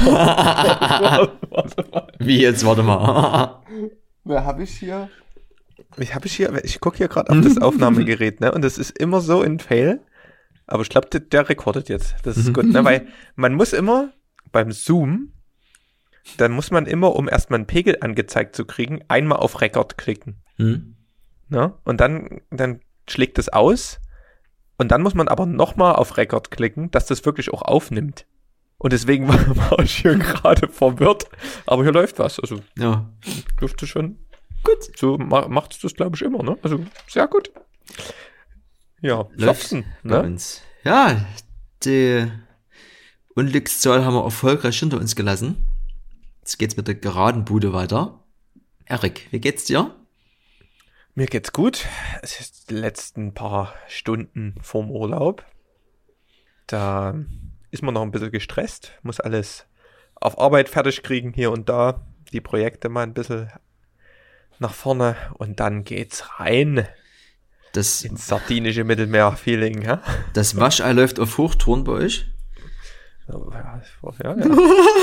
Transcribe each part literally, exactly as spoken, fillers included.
warte, warte mal. Wie jetzt? Warte mal. Wer habe ich hier? Ich habe ich hier, ich gucke hier gerade auf das Aufnahmegerät, ne? Und das ist immer so ein Fail. Aber ich glaube, der, der rekordet jetzt. Das ist gut, ne? Weil man muss immer beim Zoom, dann muss man immer, um erstmal einen Pegel angezeigt zu kriegen, einmal auf Record klicken. Hm? Ne? Und dann, dann schlägt es aus. Und dann muss man aber nochmal auf Record klicken, dass das wirklich auch aufnimmt. Und deswegen war, war ich hier gerade verwirrt. Aber hier läuft was. Also Ja. dürfte schon gut. So ma- macht es das, glaube ich, immer. Ne? Also sehr gut. Ja, Läuft Klopfen, bei ne? uns. Ja, die Unglückszahl haben wir erfolgreich hinter uns gelassen. Jetzt geht's mit der geraden Bude weiter. Erik, wie geht's dir? Mir geht's gut. Es ist die letzten paar Stunden vorm Urlaub. Da ist man noch ein bisschen gestresst, muss alles auf Arbeit fertig kriegen, hier und da. Die Projekte mal ein bisschen nach vorne und dann geht's rein Das, ins sardinische Mittelmeer-Feeling. Ja? das Waschei läuft auf Hochtouren bei euch. Ja, ja, ja.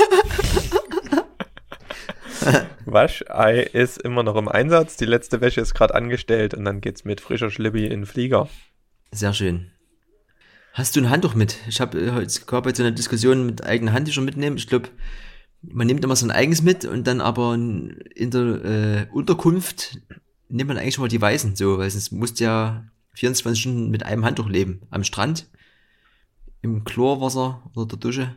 Waschei ist immer noch im Einsatz. Die letzte Wäsche ist gerade angestellt und dann geht's mit frischer Schlippi in den Flieger. Sehr schön. Hast du ein Handtuch mit? Ich habe heute gab jetzt so eine Diskussion mit eigenen Handtüchern mitnehmen. Ich glaube, man nimmt immer so ein eigenes mit und dann aber in der äh, Unterkunft nimmt man eigentlich mal die weißen, so, weil sonst musst du ja vierundzwanzig Stunden mit einem Handtuch leben. Am Strand, im Chlorwasser oder der Dusche.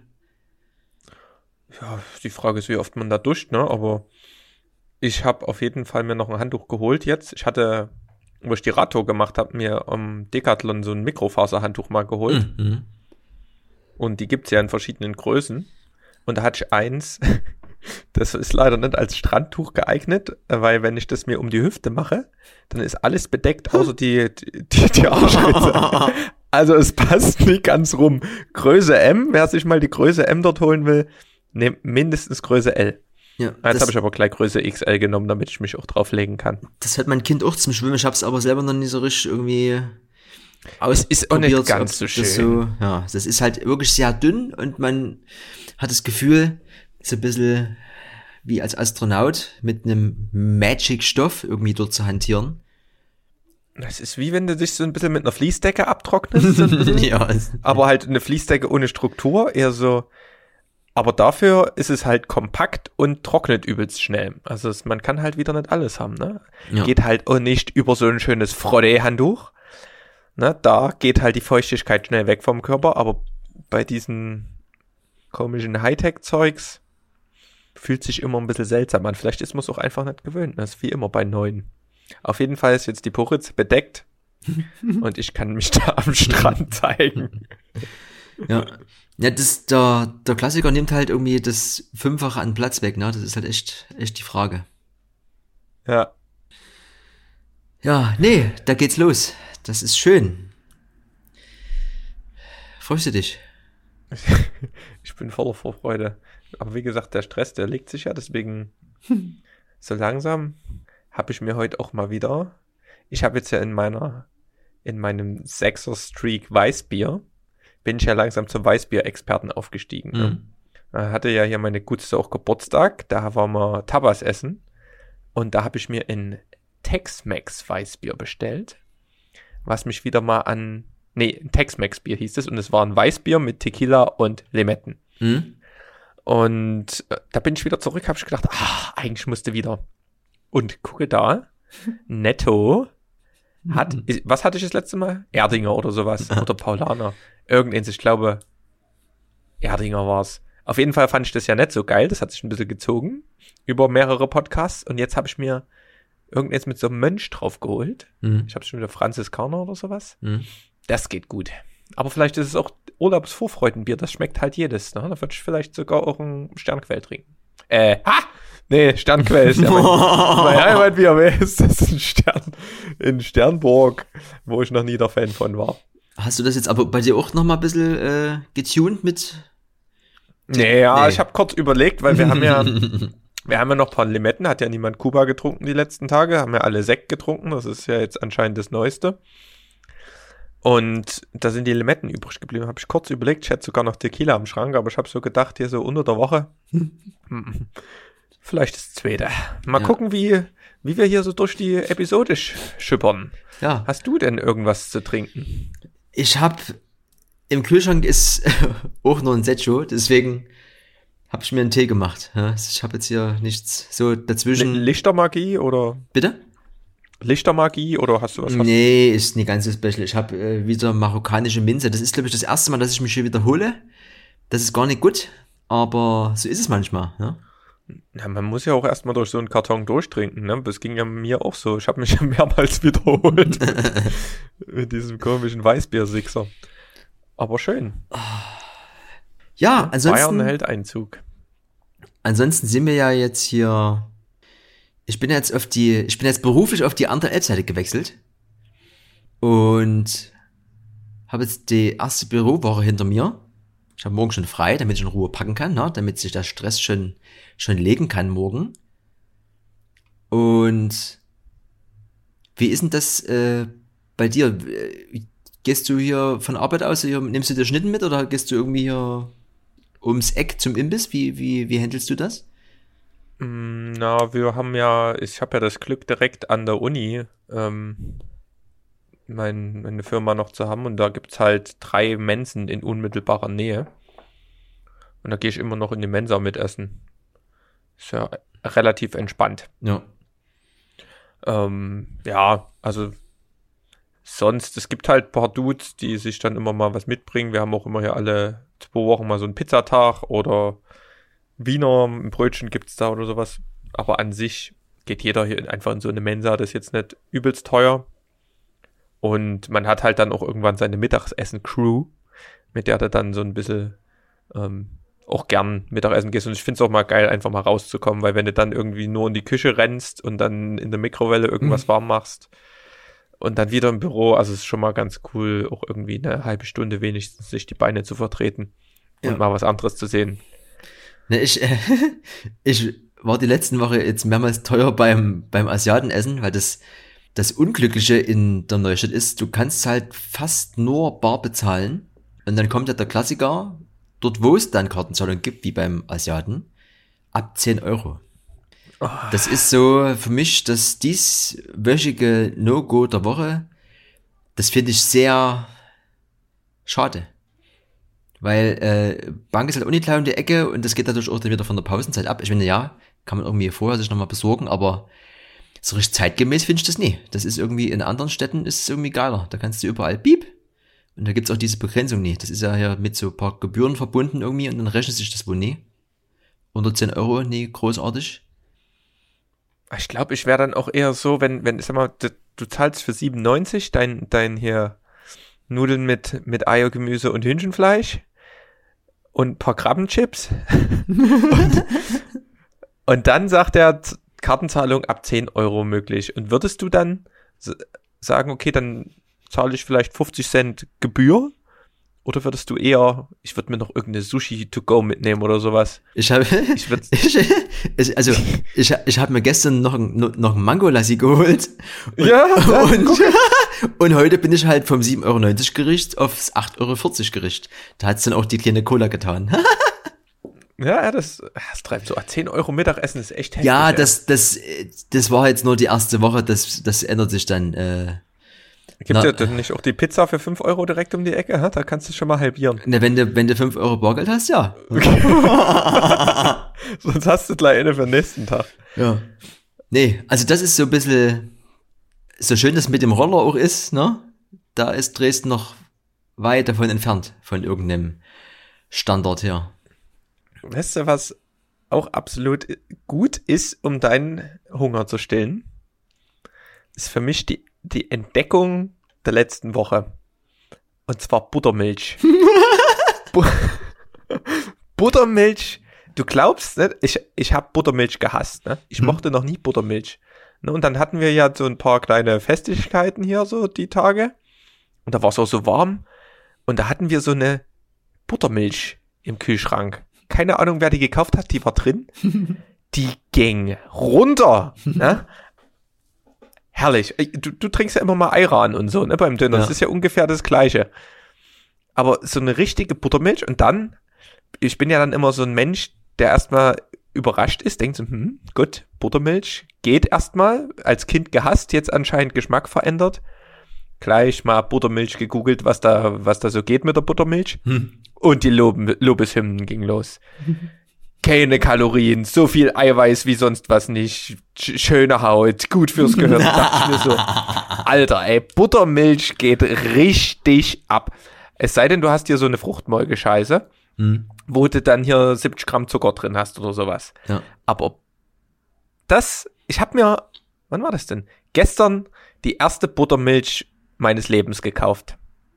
Ja, die Frage ist, wie oft man da duscht, ne? Aber ich habe auf jeden Fall mir noch ein Handtuch geholt jetzt. Ich hatte, wo ich die Radtour gemacht habe, mir am Decathlon so ein Mikrofaserhandtuch mal geholt. Mhm. Und die gibt's ja in verschiedenen Größen. Und da hatte ich eins, das ist leider nicht als Strandtuch geeignet, weil wenn ich das mir um die Hüfte mache, dann ist alles bedeckt, außer die, die, die Arschritze. Also es passt nicht ganz rum. Größe M, wer sich mal die Größe M dort holen will, nehmt mindestens Größe L. Ja, Jetzt das, habe ich aber gleich Größe X L genommen, damit ich mich auch drauflegen kann. das hat mein Kind auch zum Schwimmen. Ich habe es aber selber noch nicht so richtig irgendwie Es ist auch nicht ausprobiert, ganz ob so das schön. So, ja, das ist halt wirklich sehr dünn und man hat das Gefühl, so ein bisschen wie als Astronaut mit einem Magic-Stoff irgendwie dort zu hantieren. Es ist wie wenn du dich so ein bisschen mit einer Fließdecke abtrocknest. So ein bisschen. Ja, es- Aber halt eine Fließdecke ohne Struktur, eher so. Aber dafür ist es halt kompakt und trocknet übelst schnell. Also es, man kann halt wieder nicht alles haben, ne? Ja. Geht halt auch nicht über so ein schönes Frotté-Handtuch. Ne? Da geht halt die Feuchtigkeit schnell weg vom Körper, aber bei diesen komischen Hightech-Zeugs fühlt sich immer ein bisschen seltsam an. Vielleicht ist man es auch einfach nicht gewöhnt. Das ist wie immer bei neuen. Auf jeden Fall ist jetzt die Poritz bedeckt und ich kann mich da am Strand zeigen. ja. Ja, das, der, der Klassiker nimmt halt irgendwie das Fünffache an Platz weg, ne? Das ist halt echt, echt die Frage. Ja. Ja, nee, da geht's los. Das ist schön. Freust du dich? Ich bin voller Vorfreude. Aber wie gesagt, der Stress, der legt sich ja, deswegen so langsam habe ich mir heute auch mal wieder, ich habe jetzt ja in meiner, in meinem Sechser-Streak Weißbier, bin ich ja langsam zum Weißbier-Experten aufgestiegen. Ne? Mhm. Da hatte ja hier meine Gutste auch Geburtstag, da waren wir Tapas essen und da habe ich mir ein Tex-Mex Weißbier bestellt, was mich wieder mal an, nee, ein Tex-Mex Bier hieß es und es war ein Weißbier mit Tequila und Limetten. Hm? Und äh, da bin ich wieder zurück, habe ich gedacht, ah, eigentlich musste wieder. Und gucke da, Netto hat, ist- was hatte ich das letzte Mal? Erdinger oder sowas, oder Paulaner. Irgendeins, ich glaube, Erdinger war's. Auf jeden Fall fand ich das ja nicht so geil, das hat sich ein bisschen gezogen, über mehrere Podcasts. Und jetzt habe ich mir irgendeins mit so einem Mönch drauf geholt. Hm. Ich habe schon wieder Franziskaner oder sowas. Hm. Das geht gut. Aber vielleicht ist es auch Urlaubsvorfreudenbier, das schmeckt halt jedes. Ne? Da würde ich vielleicht sogar auch ein Sternquell trinken. Äh, ha! Nee, Sternquell ist ja mein, mein Heimatbier. Wer ist das? Ein Stern, in Sternburg, wo ich noch nie der Fan von war. Hast du das jetzt aber bei dir auch noch mal ein bisschen äh, getuned mit? Nee, ja, Nee. ich habe kurz überlegt, weil wir haben ja, wir haben ja noch ein paar Limetten, hat ja niemand Kuba getrunken die letzten Tage, haben ja alle Sekt getrunken, das ist ja jetzt anscheinend das Neueste. Und da sind die Limetten übrig geblieben. Habe ich kurz überlegt, ich hätte sogar noch Tequila im Schrank, aber ich habe so gedacht, hier so unter der Woche, vielleicht das zweite. Mal Ja. gucken, wie, wie wir hier so durch die Episode sch- schippern. Ja. Hast du denn irgendwas zu trinken? Ich habe im Kühlschrank ist auch nur ein Secho, deswegen habe ich mir einen Tee gemacht. Ja, ich habe jetzt hier nichts so dazwischen. Li- Lichtermagie oder Bitte? Lichtermagie oder hast du was? Nee, ist nicht ganz so special. Ich habe äh, wieder marokkanische Minze. Das ist, glaube ich, das erste Mal, dass ich mich hier wiederhole. Das ist gar nicht gut, aber so ist es manchmal. Ja? Ja, man muss ja auch erstmal durch so einen Karton durchtrinken, ne? Das ging ja mir auch so. Ich habe mich ja mehrmals wiederholt mit diesem komischen Weißbier-Sixer. Aber schön. Ja, Bayern ansonsten, hält Einzug. ansonsten sind wir ja jetzt hier. Ich bin jetzt auf die, ich bin jetzt beruflich auf die andere Elbseite gewechselt und habe jetzt die erste Bürowoche hinter mir. Ich habe morgen schon frei, damit ich in Ruhe packen kann, ne? Damit sich der Stress schon schon legen kann morgen. Und wie ist denn das äh, bei dir? Äh, Gehst du hier von Arbeit aus, hier, nimmst du dir Schnitten mit oder gehst du irgendwie hier ums Eck zum Imbiss? Wie wie wie handelst du das? Mm, Na, wir haben ja, ich habe ja das Glück, direkt an der Uni ähm, mein, meine Firma noch zu haben und da gibt's halt drei Mensen in unmittelbarer Nähe. Und da gehe ich immer noch in die Mensa mitessen. Ist ja relativ entspannt. Ja. Ähm, ja, also sonst, es gibt halt ein paar Dudes, die sich dann immer mal was mitbringen. Wir haben auch immer hier alle zwei Wochen mal so einen Pizzatag oder Wiener ein Brötchen gibt's da oder sowas. Aber an sich geht jeder hier einfach in so eine Mensa, das ist jetzt nicht übelst teuer. Und man hat halt dann auch irgendwann seine Mittagessen-Crew, mit der du dann so ein bisschen ähm, auch gern Mittagessen gehst. Und ich finde es auch mal geil, einfach mal rauszukommen, weil wenn du dann irgendwie nur in die Küche rennst und dann in der Mikrowelle irgendwas warm machst und dann wieder im Büro, also es ist schon mal ganz cool, auch irgendwie eine halbe Stunde wenigstens sich die Beine zu vertreten und Ja. mal was anderes zu sehen. Ne, ich, äh, ich war die letzten Woche jetzt mehrmals teuer beim, beim Asiatenessen, weil das, das Unglückliche in der Neustadt ist, du kannst halt fast nur bar bezahlen und dann kommt ja der Klassiker, dort wo es dann Kartenzahlung gibt, wie beim Asiaten, ab zehn Euro. Das ist so für mich das dieswöchige No-Go der Woche. Das finde ich sehr schade. Weil äh, Bank ist halt auch nicht gleich um die Ecke und das geht dadurch auch dann wieder von der Pausenzeit ab. Ich meine, ja, kann man irgendwie vorher sich nochmal besorgen, aber so richtig zeitgemäß finde ich das nie. Das ist irgendwie, in anderen Städten ist es irgendwie geiler. Da kannst du überall piep und da gibt's auch diese Begrenzung nie. Das ist ja hier mit so ein paar Gebühren verbunden irgendwie und dann rechnet sich das wohl nie. Unter zehn Euro, nie großartig. Ich glaube, ich wäre dann auch eher so, wenn, wenn, ich sag mal, du, du zahlst für siebenundneunzig dein, dein hier Nudeln mit, mit Eier, Gemüse und Hühnchenfleisch und ein paar Krabbenchips. und, und dann sagt er, Z- Kartenzahlung ab zehn Euro möglich. Und würdest du dann s- sagen, okay, dann zahle ich vielleicht fünfzig Cent Gebühr? Oder würdest du eher, ich würde mir noch irgendeine Sushi to go mitnehmen oder sowas? Ich habe, Ich würde ich, ich, also ich, ich habe mir gestern noch ein, noch ein Mango-Lassi geholt. Und, Ja, ja, und, und heute bin ich halt vom sieben Euro neunzig Gericht aufs acht Euro vierzig Gericht. Da hat's dann auch die kleine Cola getan. Ja, ja, das, das treibt so. zehn Euro Mittagessen ist echt heftig. Ja, ja. das, das, das war jetzt nur die erste Woche, das, das ändert sich dann. Äh, Gibt na- ja dann nicht auch die Pizza für fünf Euro direkt um die Ecke? Ha? Da kannst du schon mal halbieren. ne, wenn du, wenn du fünf Euro Bargeld hast, ja. Sonst hast du gleich eine für den nächsten Tag. Ja. Nee, also das ist so ein bisschen, so schön das mit dem Roller auch ist, ne? Da ist Dresden noch weit davon entfernt, von irgendeinem Standort her. Weißt du, was auch absolut gut ist, um deinen Hunger zu stillen? Ist für mich die, die Entdeckung der letzten Woche. Und zwar Buttermilch. Bu Buttermilch, du glaubst nicht, ich, ich habe Buttermilch gehasst, ne? Ich Hm. mochte noch nie Buttermilch. Ne? Und dann hatten wir ja so ein paar kleine Festigkeiten hier, so die Tage. Und da war es auch so warm. Und da hatten wir so eine Buttermilch im Kühlschrank. Keine Ahnung, wer die gekauft hat, die war drin. Die ging runter. Ne? herrlich. Du, du trinkst ja immer mal Ayran und so, ne, beim Döner. Ja. Das ist ja ungefähr das Gleiche. Aber so eine richtige Buttermilch und dann, ich bin ja dann immer so ein Mensch, der erstmal überrascht ist, denkt so, hm, gut, Buttermilch geht erstmal, als Kind gehasst, jetzt anscheinend Geschmack verändert. Gleich mal Buttermilch gegoogelt, was da, was da so geht mit der Buttermilch. Hm. Und die Lob- Lobeshymnen ging los. Keine Kalorien, so viel Eiweiß wie sonst was nicht, Sch- schöne Haut, gut fürs Gehirn. Da dachte ich mir so, Alter, ey, Buttermilch geht richtig ab. Es sei denn, du hast hier so eine Fruchtmolke-Scheiße, hm. wo du dann hier siebzig Gramm Zucker drin hast oder sowas. Ja. Aber das, ich habe mir, wann war das denn? Gestern die erste Buttermilch meines Lebens gekauft.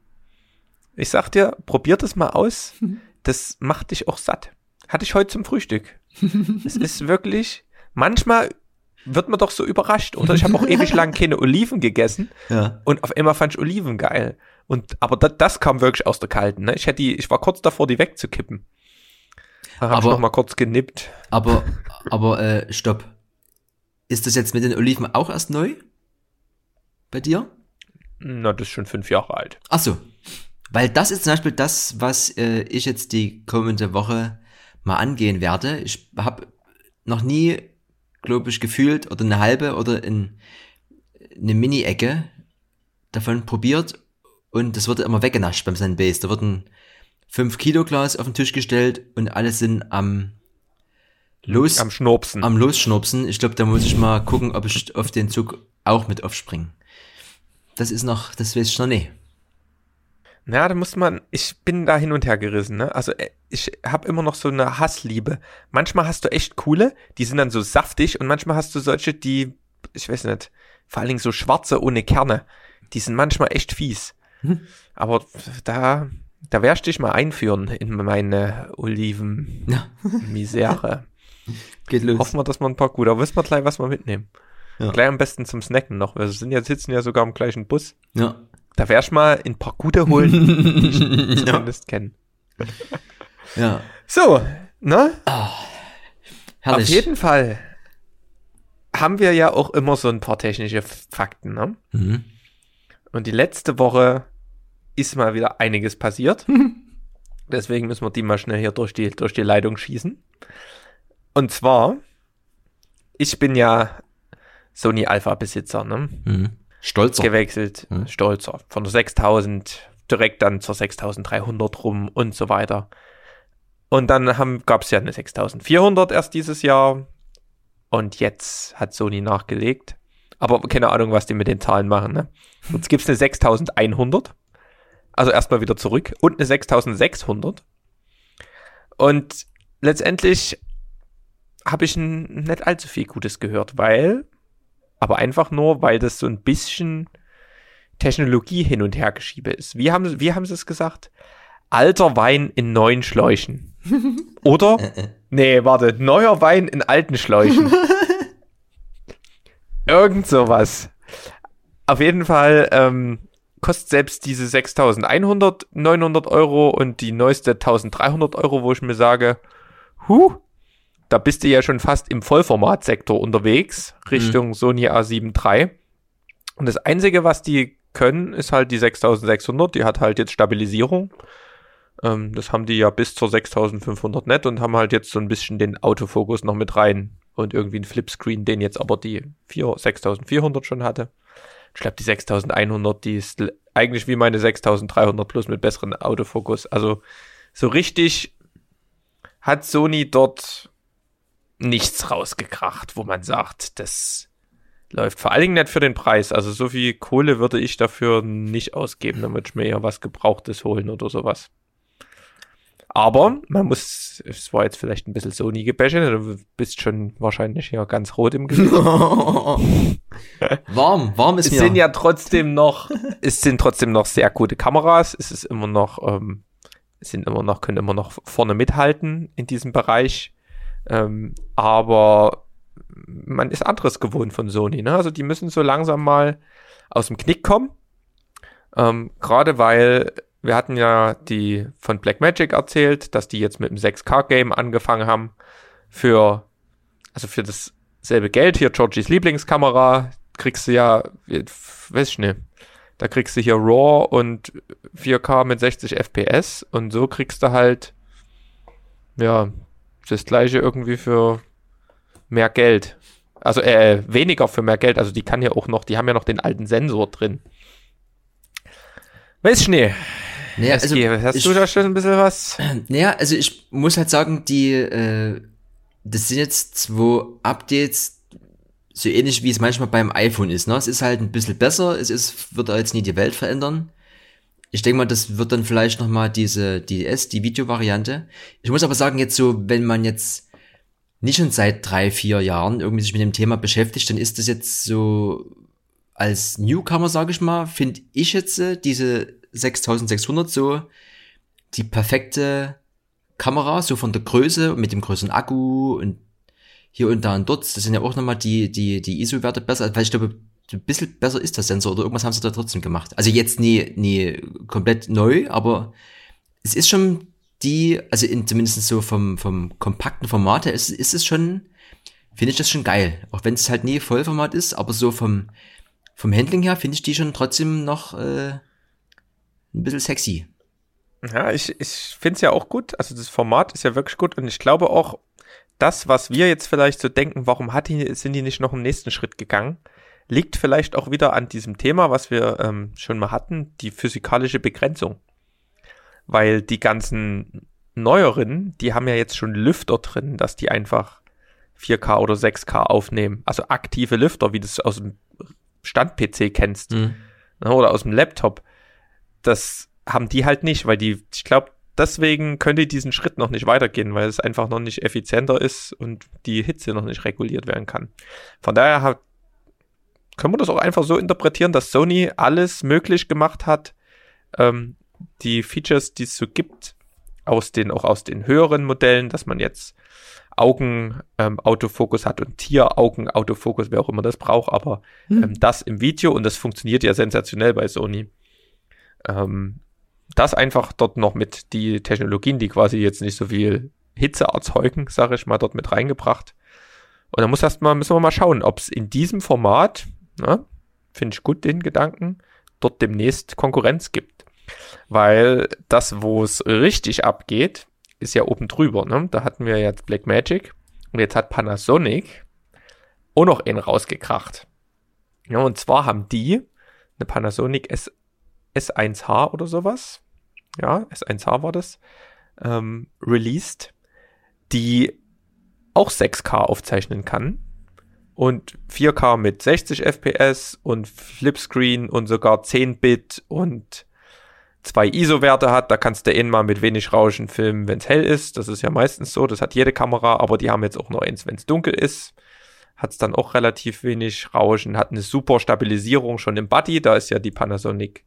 Ich sag dir, probier das mal aus. Das macht dich auch satt. Hatte ich heute zum Frühstück. Es ist wirklich, manchmal wird man doch so überrascht. Oder ich habe auch ewig lang keine Oliven gegessen. Ja. Und auf einmal fand ich Oliven geil. Und, aber das, das kam wirklich aus der Kalten. Ne? Ich hätte die, ich war kurz davor, die wegzukippen. Da habe ich noch mal kurz genippt. Aber, aber, äh, stopp. Ist das jetzt mit den Oliven auch erst neu? Bei dir? Na, das ist schon fünf Jahre alt. Ach so. Weil das ist zum Beispiel das, was äh, ich jetzt die kommende Woche mal angehen werde. Ich habe noch nie, glaube ich, gefühlt oder eine halbe oder in, eine Mini-Ecke davon probiert und das wurde immer weggenascht beim Sunbase. Da wurden fünf Kilo Glas auf den Tisch gestellt und alle sind am Los, am Schnurpsen. Am Losschnurpsen. Ich glaube, da muss ich mal gucken, ob ich auf den Zug auch mit aufspringe. Das ist noch, das weiß ich noch nicht. Ja, da muss man, ich bin da hin und her gerissen, ne? Also ich habe immer noch so eine Hassliebe. Manchmal hast du echt coole, die sind dann so saftig und manchmal hast du solche, die, ich weiß nicht, vor allen Dingen so schwarze ohne Kerne, die sind manchmal echt fies. Hm. Aber da, da werde ich dich mal einführen in meine Oliven-Misere. Ja. Geht los. Hoffen wir, dass wir ein paar gut, aber wissen wir gleich, was wir mitnehmen. Ja. Gleich am besten zum Snacken noch. Wir sind ja, sitzen ja sogar im gleichen Bus. Ja. Da werde ich mal ein paar gute holen, die ich zumindest ja. kenne. Ja. So, ne? Oh, herrlich. Auf jeden Fall haben wir ja auch immer so ein paar technische Fakten, ne? Mhm. Und die letzte Woche ist mal wieder einiges passiert. Deswegen müssen wir die mal schnell hier durch die, durch die Leitung schießen. Und zwar, ich bin ja Sony Alpha-Besitzer, ne? Mhm. Stolzer. Gewechselt, mhm. stolzer. Von der sechstausend direkt dann zur sechstausenddreihundert rum und so weiter. Und dann gab es ja eine sechstausendvierhundert erst dieses Jahr. Und jetzt hat Sony nachgelegt. Aber keine Ahnung, was die mit den Zahlen machen, ne? Jetzt gibt es eine sechstausendeinhundert. Also erstmal wieder zurück. Und eine sechstausendsechshundert. Und letztendlich habe ich n- nicht allzu viel Gutes gehört, weil, aber einfach nur, weil das so ein bisschen Technologie hin und her geschiebe ist. Wie haben, wie haben sie es gesagt? Alter Wein in neuen Schläuchen. Oder? Nee, warte, neuer Wein in alten Schläuchen. Irgend sowas. Auf jeden Fall ähm, kostet selbst diese sechstausendeinhundert neunhundert Euro und die neueste eintausenddreihundert Euro, wo ich mir sage, huh, da bist du ja schon fast im Vollformatsektor unterwegs, Richtung mhm. Sony A sieben drei. Und das Einzige, was die können, ist halt die sechstausendsechshundert, die hat halt jetzt Stabilisierung. Ähm, das haben die ja bis zur sechstausendfünfhundert nicht und haben halt jetzt so ein bisschen den Autofokus noch mit rein und irgendwie einen Flipscreen, den jetzt aber die sechstausendvierhundert schon hatte. Ich glaube, die sechstausendeinhundert, die ist eigentlich wie meine sechstausenddreihundert plus mit besseren Autofokus. Also so richtig hat Sony dort nichts rausgekracht, wo man sagt, das läuft vor allen Dingen nicht für den Preis. Also so viel Kohle würde ich dafür nicht ausgeben, damit ich mir eher was Gebrauchtes holen oder sowas. Aber man muss, es war jetzt vielleicht ein bisschen Sony-Gebäsche, du bist schon wahrscheinlich hier ganz rot im Gesicht. warm, warm ist es mir. Es sind ja trotzdem noch, es sind trotzdem noch sehr gute Kameras, es ist immer noch, ähm, es sind immer noch, können immer noch vorne mithalten in diesem Bereich. Ähm, aber man ist anderes gewohnt von Sony, ne? Also die müssen so langsam mal aus dem Knick kommen. Ähm, gerade weil wir hatten ja die von Blackmagic erzählt, dass die jetzt mit dem sechs K-Game angefangen haben für, also für dasselbe Geld, hier Georgies Lieblingskamera, kriegst du ja, weiß ich nicht, da kriegst du hier RAW und vier K mit sechzig F P S und so kriegst du halt, ja, das gleiche irgendwie für mehr Geld. Also äh, weniger für mehr Geld, also die kann ja auch noch, die haben ja noch den alten Sensor drin. Weiß ich nicht. Naja, also hast ich, du da schon ein bisschen was? Naja, also ich muss halt sagen, die, äh, das sind jetzt zwei Updates, so ähnlich wie es manchmal beim iPhone ist, ne? Es ist halt ein bisschen besser, es ist, wird da jetzt nie die Welt verändern. Ich denke mal, das wird dann vielleicht nochmal diese D D S, die Videovariante. Ich muss aber sagen, jetzt so, wenn man jetzt nicht schon seit drei, vier Jahren irgendwie sich mit dem Thema beschäftigt, dann ist das jetzt so, als Newcomer, sage ich mal, finde ich jetzt äh, diese sechstausendsechshundert so die perfekte Kamera, so von der Größe, mit dem größeren Akku und hier und da und dort. Das sind ja auch nochmal die, die, die I S O-Werte besser, weil ich glaube, ein bisschen besser ist der Sensor oder irgendwas haben sie da trotzdem gemacht. Also jetzt nie, nie komplett neu, aber es ist schon die, also in, zumindest so vom, vom kompakten Format her ist, ist es schon, finde ich das schon geil. Auch wenn es halt nie Vollformat ist, aber so vom, vom Handling her finde ich die schon trotzdem noch äh, ein bisschen sexy. Ja, ich, ich finde es ja auch gut. Also das Format ist ja wirklich gut und ich glaube auch, das, was wir jetzt vielleicht so denken, warum hat die, sind die nicht noch im nächsten Schritt gegangen, liegt vielleicht auch wieder an diesem Thema, was wir ähm, schon mal hatten, die physikalische Begrenzung. Weil die ganzen neueren, die haben ja jetzt schon Lüfter drin, dass die einfach vier K oder sechs K aufnehmen. Also aktive Lüfter, wie du es aus dem Stand-P C kennst. Mhm. Oder aus dem Laptop. Das haben die halt nicht, weil die, ich glaube, deswegen können die diesen Schritt noch nicht weitergehen, weil es einfach noch nicht effizienter ist und die Hitze noch nicht reguliert werden kann. Von daher hat, können wir das auch einfach so interpretieren, dass Sony alles möglich gemacht hat, ähm, die Features, die es so gibt, aus den, auch aus den höheren Modellen, dass man jetzt Augen-Autofokus ähm, hat und Tier-Augen-Autofokus, wer auch immer das braucht, aber hm. ähm, das im Video und das funktioniert ja sensationell bei Sony. Ähm, das einfach dort noch mit die Technologien, die quasi jetzt nicht so viel Hitze erzeugen, sage ich mal, dort mit reingebracht. Und dann muss erst mal, müssen wir mal schauen, ob es in diesem Format, finde ich gut den Gedanken, dort demnächst Konkurrenz gibt. Weil das, wo es richtig abgeht, ist ja oben drüber. Ne? Da hatten wir jetzt Blackmagic und jetzt hat Panasonic auch noch einen rausgekracht. Ja, und zwar haben die eine Panasonic S, S eins H oder sowas, ja, S eins H war das, ähm, released, die auch sechs K aufzeichnen kann und vier K mit sechzig F P S und Flipscreen und sogar zehn Bit und zwei I S O-Werte hat. Da kannst du eh mal mit wenig Rauschen filmen, wenn es hell ist. Das ist ja meistens so, das hat jede Kamera, aber die haben jetzt auch noch eins, wenn es dunkel ist. Hat es dann auch relativ wenig Rauschen, hat eine super Stabilisierung schon im Body. Da ist ja die Panasonic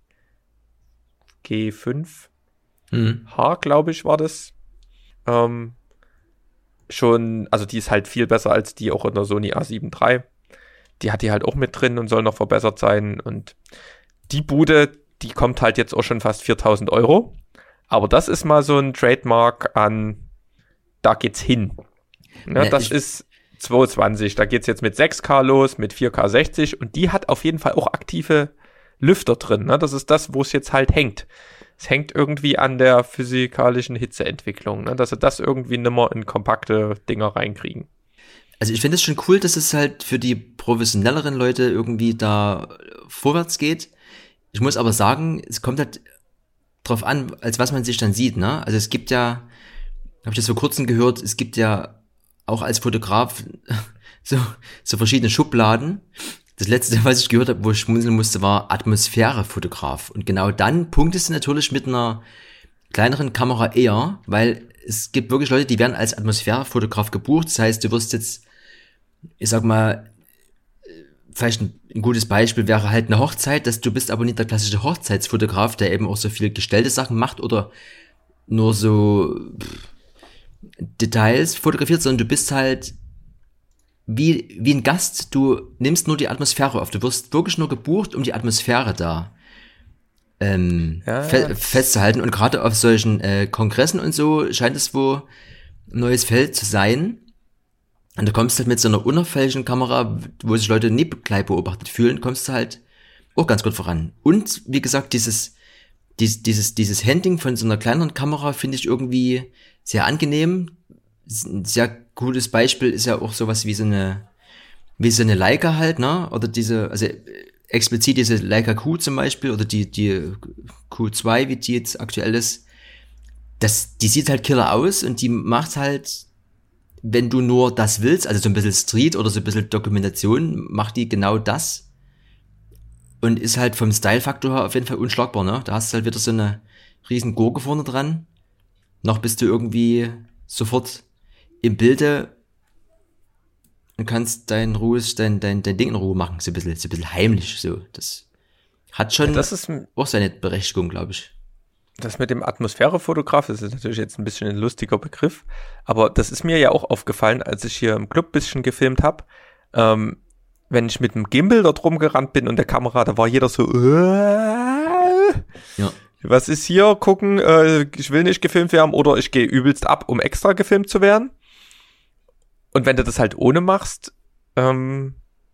G fünf mhm. H, glaube ich, war das. Ähm, schon, also die ist halt viel besser als die auch in der Sony A sieben drei. Die hat die halt auch mit drin und soll noch verbessert sein. Und die Bude, die kommt halt jetzt auch schon fast viertausend Euro. Aber das ist mal so ein Trademark an, da geht's hin. Ja, ja, das ist zweihundertzwanzig, da geht's jetzt mit sechs K los, mit vier K sechzig und die hat auf jeden Fall auch aktive Lüfter drin. Ne? Das ist das, wo es jetzt halt hängt. Es hängt irgendwie an der physikalischen Hitzeentwicklung, ne? Dass sie das irgendwie nimmer in kompakte Dinger reinkriegen. Also ich finde es schon cool, dass es halt für die professionelleren Leute irgendwie da vorwärts geht. Ich muss aber sagen, es kommt halt drauf an, als was man sich dann sieht, ne? Also es gibt ja, habe ich das vor kurzem gehört, es gibt ja auch als Fotograf so, so verschiedene Schubladen. Das letzte, was ich gehört habe, wo ich schmunzeln musste, war Atmosphärefotograf. Und genau dann punktest du natürlich mit einer kleineren Kamera eher, weil es gibt wirklich Leute, die werden als Atmosphärefotograf gebucht. Das heißt, du wirst jetzt, ich sag mal, vielleicht ein, ein gutes Beispiel wäre halt eine Hochzeit, dass du bist aber nicht der klassische Hochzeitsfotograf, der eben auch so viele gestellte Sachen macht oder nur so pff, Details fotografiert, sondern du bist halt wie, wie ein Gast, du nimmst nur die Atmosphäre auf. Du wirst wirklich nur gebucht, um die Atmosphäre da ähm, ja, fe- ja. festzuhalten. Und gerade auf solchen äh, Kongressen und so scheint es wohl ein neues Feld zu sein. Und da kommst du halt mit so einer unauffälligen Kamera, wo sich Leute nicht gleich beobachtet fühlen, kommst du halt auch ganz gut voran. Und wie gesagt, dieses, dieses, dieses, dieses Handling von so einer kleineren Kamera finde ich irgendwie sehr angenehm. Ein sehr gutes Beispiel ist ja auch sowas wie so eine, wie so eine Leica halt, ne? Oder diese, also explizit diese Leica Q zum Beispiel, oder die, die Q zwei, wie die jetzt aktuell ist. Das, die sieht halt killer aus und die macht halt, wenn du nur das willst, also so ein bisschen Street oder so ein bisschen Dokumentation, macht die genau das und ist halt vom Style-Faktor her auf jeden Fall unschlagbar, ne? Da hast du halt wieder so eine riesen Gurke vorne dran. Noch bist du irgendwie sofort im Bilde und kannst dein Ruhe, dein, dein, dein Ding in Ruhe machen, so ein bisschen, so ein bisschen heimlich, so. Das hat schon ja, das ist auch seine Berechtigung, glaube ich. Das mit dem Atmosphärefotograf, das ist natürlich jetzt ein bisschen ein lustiger Begriff, aber das ist mir ja auch aufgefallen, als ich hier im Club ein bisschen gefilmt habe. Ähm, wenn ich mit dem Gimbal dort rumgerannt bin und der Kamera, da war jeder so, äh, ja. Was ist hier? Gucken, äh, ich will nicht gefilmt werden oder ich gehe übelst ab, um extra gefilmt zu werden. Und wenn du das halt ohne machst, ähm,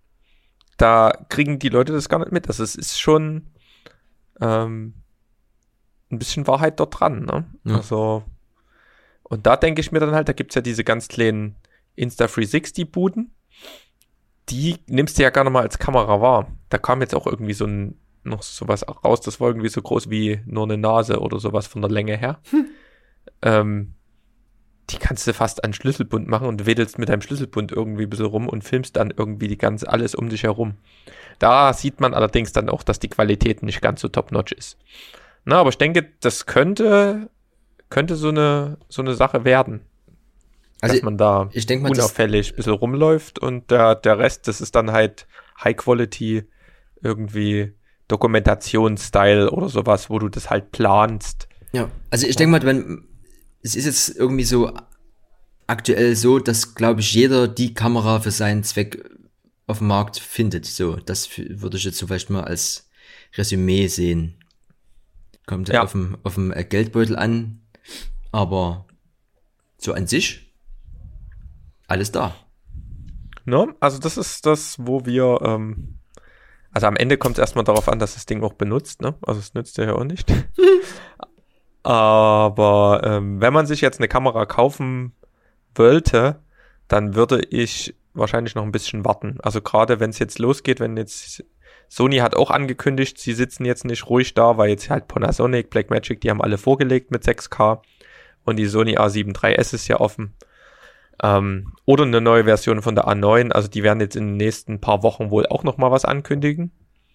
da kriegen die Leute das gar nicht mit. Also es ist schon ähm, ein bisschen Wahrheit dort dran, ne? Ja. Also, und da denke ich mir dann halt, da gibt's ja diese ganz kleinen Insta dreihundertsechzig Buden, die nimmst du ja gar nicht mal als Kamera wahr. Da kam jetzt auch irgendwie so ein, noch sowas raus, das war irgendwie so groß wie nur eine Nase oder sowas von der Länge her. Hm. Ähm, die kannst du fast an Schlüsselbund machen und wedelst mit deinem Schlüsselbund irgendwie ein bisschen rum und filmst dann irgendwie die ganze, alles um dich herum. Da sieht man allerdings dann auch, dass die Qualität nicht ganz so top-notch ist. Na, aber ich denke, das könnte, könnte so eine, so eine Sache werden. Also dass man da ich denk mal, unauffällig ein bisschen rumläuft und der, der Rest, das ist dann halt High-Quality, irgendwie Dokumentationsstyle oder sowas, wo du das halt planst. Ja, also ich denke mal, wenn, es ist jetzt irgendwie so aktuell so, dass, glaube ich, jeder die Kamera für seinen Zweck auf dem Markt findet. So, das würde ich jetzt zum Beispiel mal als Resümee sehen. Kommt ja auf dem, auf dem Geldbeutel an, aber so an sich alles da. No, also das ist das, wo wir, ähm, also am Ende kommt es erstmal darauf an, dass das Ding auch benutzt, ne? Also es nützt ja auch nicht. Aber ähm, wenn man sich jetzt eine Kamera kaufen wollte, dann würde ich wahrscheinlich noch ein bisschen warten. Also gerade wenn es jetzt losgeht, wenn jetzt Sony hat auch angekündigt, sie sitzen jetzt nicht ruhig da, weil jetzt halt Panasonic, Blackmagic, die haben alle vorgelegt mit sechs K und die Sony A sieben drei S ist ja offen. Ähm, oder eine neue Version von der A neun, also die werden jetzt in den nächsten paar Wochen wohl auch nochmal was ankündigen.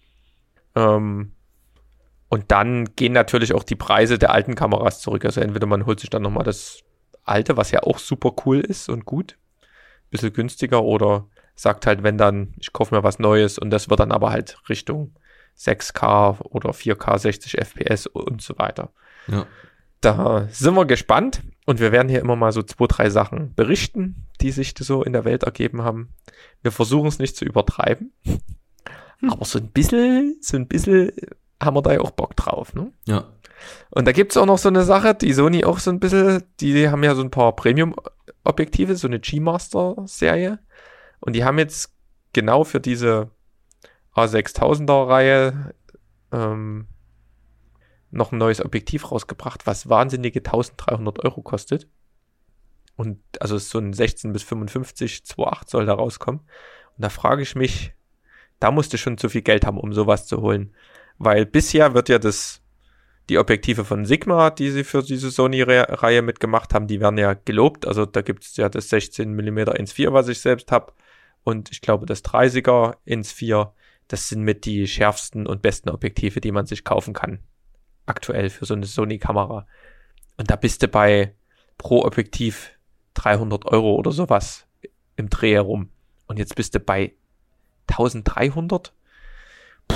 Ähm, und dann gehen natürlich auch die Preise der alten Kameras zurück. Also entweder man holt sich dann nochmal das alte, was ja auch super cool ist und gut, bisschen günstiger, oder sagt halt, wenn dann, ich kaufe mir was Neues und das wird dann aber halt Richtung sechs K oder vier K sechzig F P S und so weiter. Ja. Da sind wir gespannt und wir werden hier immer mal so zwei, drei Sachen berichten, die sich so in der Welt ergeben haben. Wir versuchen es nicht zu übertreiben, hm. aber so ein bisschen, so ein bisschen haben wir da ja auch Bock drauf, ne? Ja. Und da gibt's auch noch so eine Sache, die Sony auch so ein bisschen, die haben ja so ein paar Premium-Objektive, so eine G-Master-Serie. Und die haben jetzt genau für diese A sechstausender-Reihe ähm, noch ein neues Objektiv rausgebracht, was wahnsinnige dreizehnhundert Euro kostet. Und also ist so ein sechzehn bis fünfundfünfzig zwei Komma acht soll da rauskommen. Und da frage ich mich, da musst du schon zu viel Geld haben, um sowas zu holen. Weil bisher wird ja das, die Objektive von Sigma, die sie für diese Sony-Reihe mitgemacht haben, die werden ja gelobt. Also da gibt es ja das sechzehn Millimeter eins Komma vier, was ich selbst habe. Und ich glaube, das dreißiger eins Komma vier, das sind mit die schärfsten und besten Objektive, die man sich kaufen kann. Aktuell für so eine Sony-Kamera. Und da bist du bei pro Objektiv dreihundert Euro oder sowas im Dreh herum. Und jetzt bist du bei dreizehnhundert. Puh.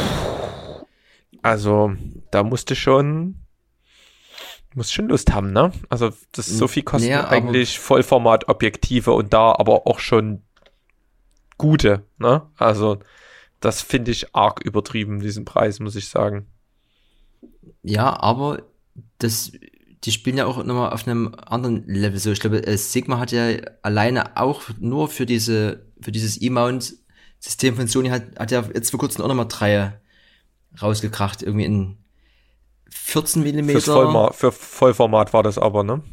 Also, da musst du schon, musst schon Lust haben, ne? Also, das so viel kosten ja, eigentlich Vollformat-Objektive und da aber auch schon gute, ne? Also, das finde ich arg übertrieben, diesen Preis, muss ich sagen. Ja, aber das, die spielen ja auch nochmal auf einem anderen Level. So, ich glaube, äh, Sigma hat ja alleine auch nur für diese, für dieses E-Mount-System von Sony hat, hat ja jetzt vor kurzem auch nochmal drei rausgekracht. Irgendwie in vierzehn Millimeter. Fürs Vollma- für Vollformat war das aber, ne?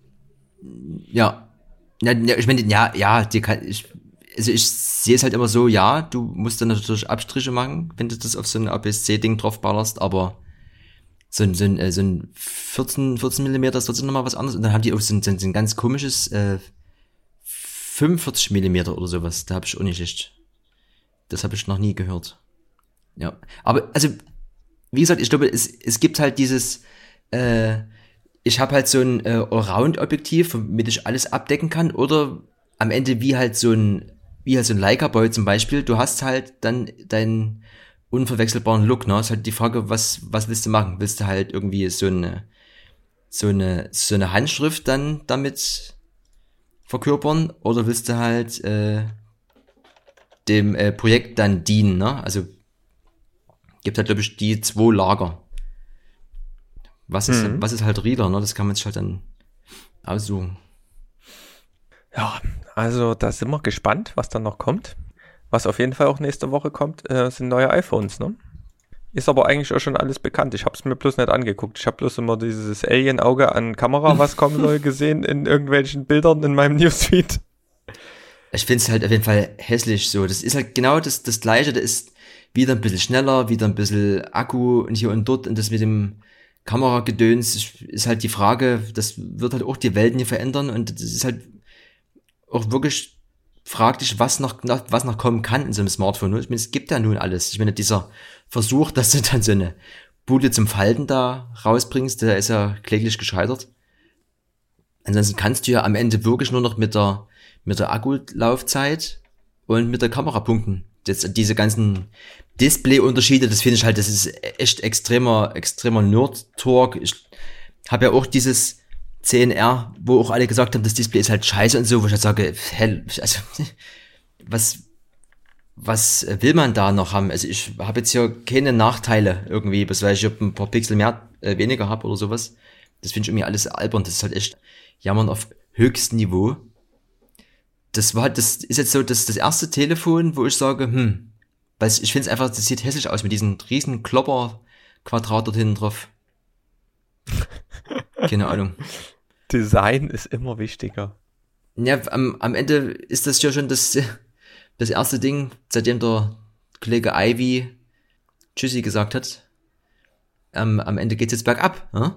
Ja. Ja, ja, ich meine, ja, ja, die kann, ich, also ich sehe es halt immer so, ja, du musst dann natürlich Abstriche machen, wenn du das auf so ein A P S C-Ding draufballerst, aber so ein, so ein, äh, so ein vierzehn, vierzehn Millimeter ist trotzdem nochmal was anderes. Und dann haben die auch so ein, so ein ganz komisches äh, fünfundvierzig Millimeter oder sowas. Da habe ich auch nicht echt. Das habe ich noch nie gehört. Ja, aber also, wie gesagt, ich glaube, es, es gibt halt dieses, äh, ich habe halt so ein äh, Allround-Objektiv, womit ich alles abdecken kann, oder am Ende wie halt so ein, wie halt so ein Leica-Boy zum Beispiel, du hast halt dann deinen unverwechselbaren Look, ne? Ist halt die Frage, was, was willst du machen? Willst du halt irgendwie so eine, so eine, so eine Handschrift dann damit verkörpern, oder willst du halt äh, dem äh, Projekt dann dienen, ne? Also gibt halt, glaube ich, die zwei Lager. Was ist, mhm. was ist halt Reader, ne? Das kann man sich halt dann aussuchen. Ja, also da sind wir gespannt, was dann noch kommt. Was auf jeden Fall auch nächste Woche kommt, äh, sind neue iPhones, ne? Ist aber eigentlich auch schon alles bekannt. Ich habe es mir bloß nicht angeguckt. Ich habe bloß immer dieses Alien-Auge an Kamera, was kommen soll, gesehen in irgendwelchen Bildern in meinem Newsfeed. Ich finde es halt auf jeden Fall hässlich so. Das ist halt genau das, das Gleiche. Da ist wieder ein bisschen schneller, wieder ein bisschen Akku und hier und dort. Und das mit dem Kameragedöns ist halt die Frage, das wird halt auch die Welten hier verändern. Und das ist halt auch wirklich fraglich, was noch, was noch kommen kann in so einem Smartphone. Ich meine, es gibt ja nun alles. Ich meine, dieser Versuch, dass du dann so eine Bude zum Falten da rausbringst, der ist ja kläglich gescheitert. Ansonsten kannst du ja am Ende wirklich nur noch mit der, mit der Akkulaufzeit und mit der Kamera punkten. Jetzt diese ganzen Display-Unterschiede, das finde ich halt, das ist echt extremer, extremer Nerd-Talk. Ich habe ja auch dieses zehn R, wo auch alle gesagt haben, das Display ist halt scheiße und so, wo ich halt sage, hell, also, was, was will man da noch haben? Also ich habe jetzt hier keine Nachteile irgendwie, bis weil ich ein paar Pixel mehr, äh, weniger habe oder sowas. Das finde ich irgendwie alles albern, das ist halt echt Jammern auf höchstem Niveau. Das war, das ist jetzt so das, das erste Telefon, wo ich sage, hm, weil ich finde es einfach, das sieht hässlich aus mit diesem riesen Klopper-Quadrat dort hinten drauf. Keine Ahnung. Design ist immer wichtiger. Ja, am, am Ende ist das ja schon das, das erste Ding, seitdem der Kollege Ivy Tschüssi gesagt hat. Ähm, am Ende geht's jetzt bergab. Hm?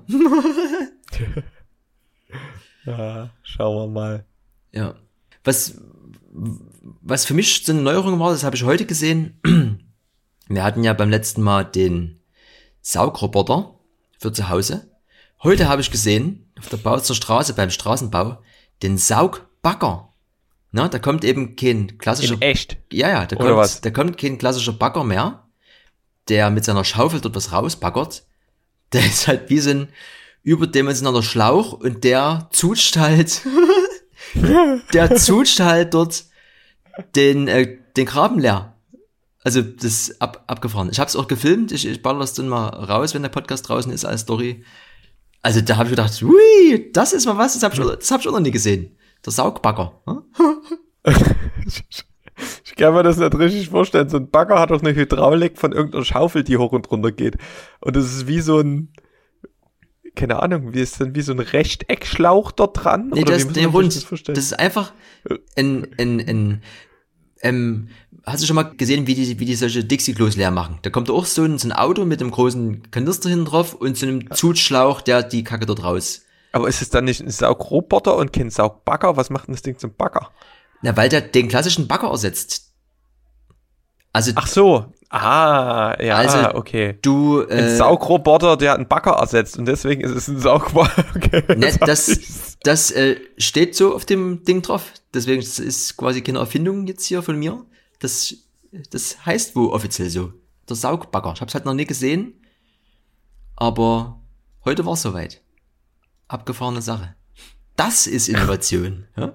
Ja, schauen wir mal. Ja. Was, was für mich so eine Neuerung war, das habe ich heute gesehen. Wir hatten ja beim letzten Mal den Saugroboter für zu Hause. Heute habe ich gesehen, auf der Bautzer Straße beim Straßenbau, den Saugbagger. Na, da kommt eben kein klassischer... In echt? Ja, ja, da Oder was? kommt, da kommt kein klassischer Bagger mehr, der mit seiner Schaufel dort was rausbaggert. Der ist halt wie so ein überdimensionaler Schlauch und der zutscht halt... der zutscht halt dort den, äh, den Graben leer. Also das ist ab, abgefahren. Ich habe es auch gefilmt, ich, ich baller das dann mal raus, wenn der Podcast draußen ist als Story. Also da habe ich gedacht, ui, das ist mal was, das habe ich, das hab ich auch noch nie gesehen. Der Saugbagger. Hm? Ich kann mir das nicht richtig vorstellen. So ein Bagger hat doch eine Hydraulik von irgendeiner Schaufel, die hoch und runter geht. Und das ist wie so ein, keine Ahnung, wie ist denn wie so ein Rechteckschlauch dort dran? Nee, oder das wie ist nee, rund. Das, das ist einfach ein, ein, ein, ähm, hast du schon mal gesehen, wie die, wie die solche Dixie-Klos leer machen? Da kommt auch so ein, so ein Auto mit einem großen Kanister hinten drauf und so einem Zutschlauch, der die Kacke dort raus. Aber ist es dann nicht ein Saugroboter und kein Saugbagger? Was macht denn das Ding zum Bagger? Na, weil der den klassischen Bagger ersetzt. Also, ach so. Ah, ja, also okay. Du, äh, ein Saugroboter, der einen Bagger ersetzt und deswegen ist es ein Saugbagger. Okay, ne, das, das, das äh, steht so auf dem Ding drauf. Deswegen das ist quasi keine Erfindung jetzt hier von mir. Das, das heißt wohl offiziell so. Der Saugbagger. Ich hab's halt noch nie gesehen. Aber heute war's soweit. Abgefahrene Sache. Das ist Innovation. Ja?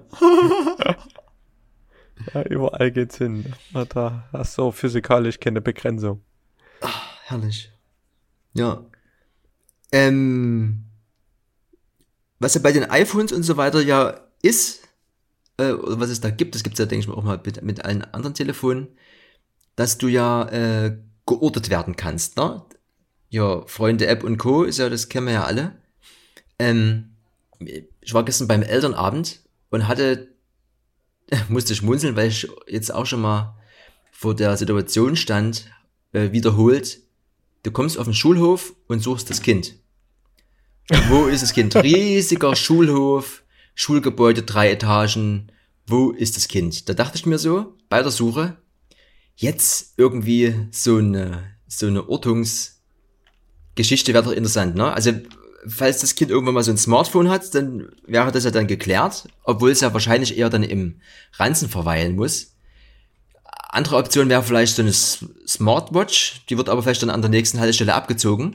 Ja, überall geht's hin. Da hast du physikalisch keine Begrenzung. Ach, herrlich. Ja. Ähm, was ja bei den iPhones und so weiter ja ist, äh, oder was es da gibt, das gibt's ja, denke ich mal, auch mal mit, mit allen anderen Telefonen, dass du ja äh, geortet werden kannst, ne? Ja, Freunde-App und Co. ist ja, das kennen wir ja alle. Ähm, ich war gestern beim Elternabend und hatte, musste schmunzeln, weil ich jetzt auch schon mal vor der Situation stand, äh, wiederholt, du kommst auf den Schulhof und suchst das Kind. Wo ist das Kind? Riesiger Schulhof, Schulgebäude, drei Etagen. Wo ist das Kind? Da dachte ich mir so, bei der Suche, jetzt irgendwie so eine, so eine Ortungsgeschichte wäre doch interessant, ne? Also, falls das Kind irgendwann mal so ein Smartphone hat, dann wäre das ja dann geklärt, obwohl es ja wahrscheinlich eher dann im Ranzen verweilen muss. Andere Option wäre vielleicht so eine Smartwatch, die wird aber vielleicht dann an der nächsten Haltestelle abgezogen.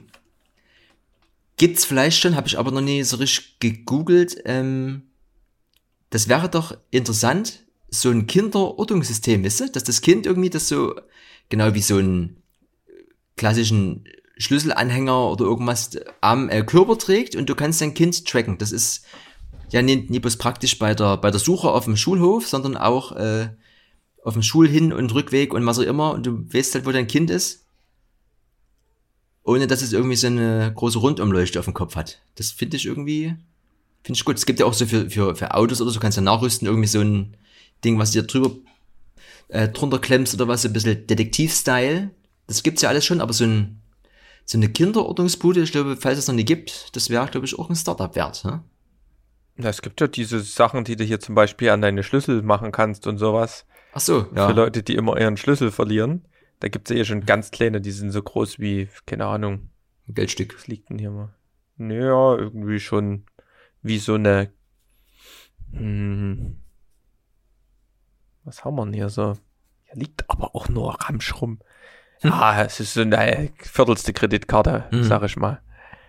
Gibt's vielleicht schon, habe ich aber noch nie so richtig gegoogelt. Ähm, das wäre doch interessant, so ein Kinderortungssystem, wisst ihr? Dass das Kind irgendwie das so, genau wie so einen klassischen Schlüsselanhänger oder irgendwas am äh, Körper trägt und du kannst dein Kind tracken. Das ist ja nicht, nicht bloß praktisch bei der, bei der Suche auf dem Schulhof, sondern auch äh, auf dem Schulhin- und Rückweg und was auch immer. Und du weißt halt, wo dein Kind ist. Ohne dass es irgendwie so eine große Rundumleuchte auf dem Kopf hat. Das finde ich irgendwie, finde ich gut. Es gibt ja auch so für, für, für Autos oder so, kannst du ja nachrüsten, irgendwie so ein Ding, was du dir drüber, äh, drunter klemmst oder was, so ein bisschen Detektiv-Style. Das gibt's ja alles schon, aber so ein, so eine Kinderortungsbude, ich glaube, falls es noch nie gibt, das wäre, glaube ich, auch ein Startup wert, ne? Ja, es gibt ja diese Sachen, die du hier zum Beispiel an deine Schlüssel machen kannst und sowas. Ach so, ja. Für Leute, die immer ihren Schlüssel verlieren. Da gibt's ja hier schon ganz kleine, die sind so groß wie, keine Ahnung. Ein Geldstück. Was liegt denn hier mal? Naja, irgendwie schon wie so eine, hm, was haben wir denn hier so? Hier liegt aber auch nur Ramsch rum. Hm. Ah, es ist so eine viertelste Kreditkarte, hm. sag ich mal.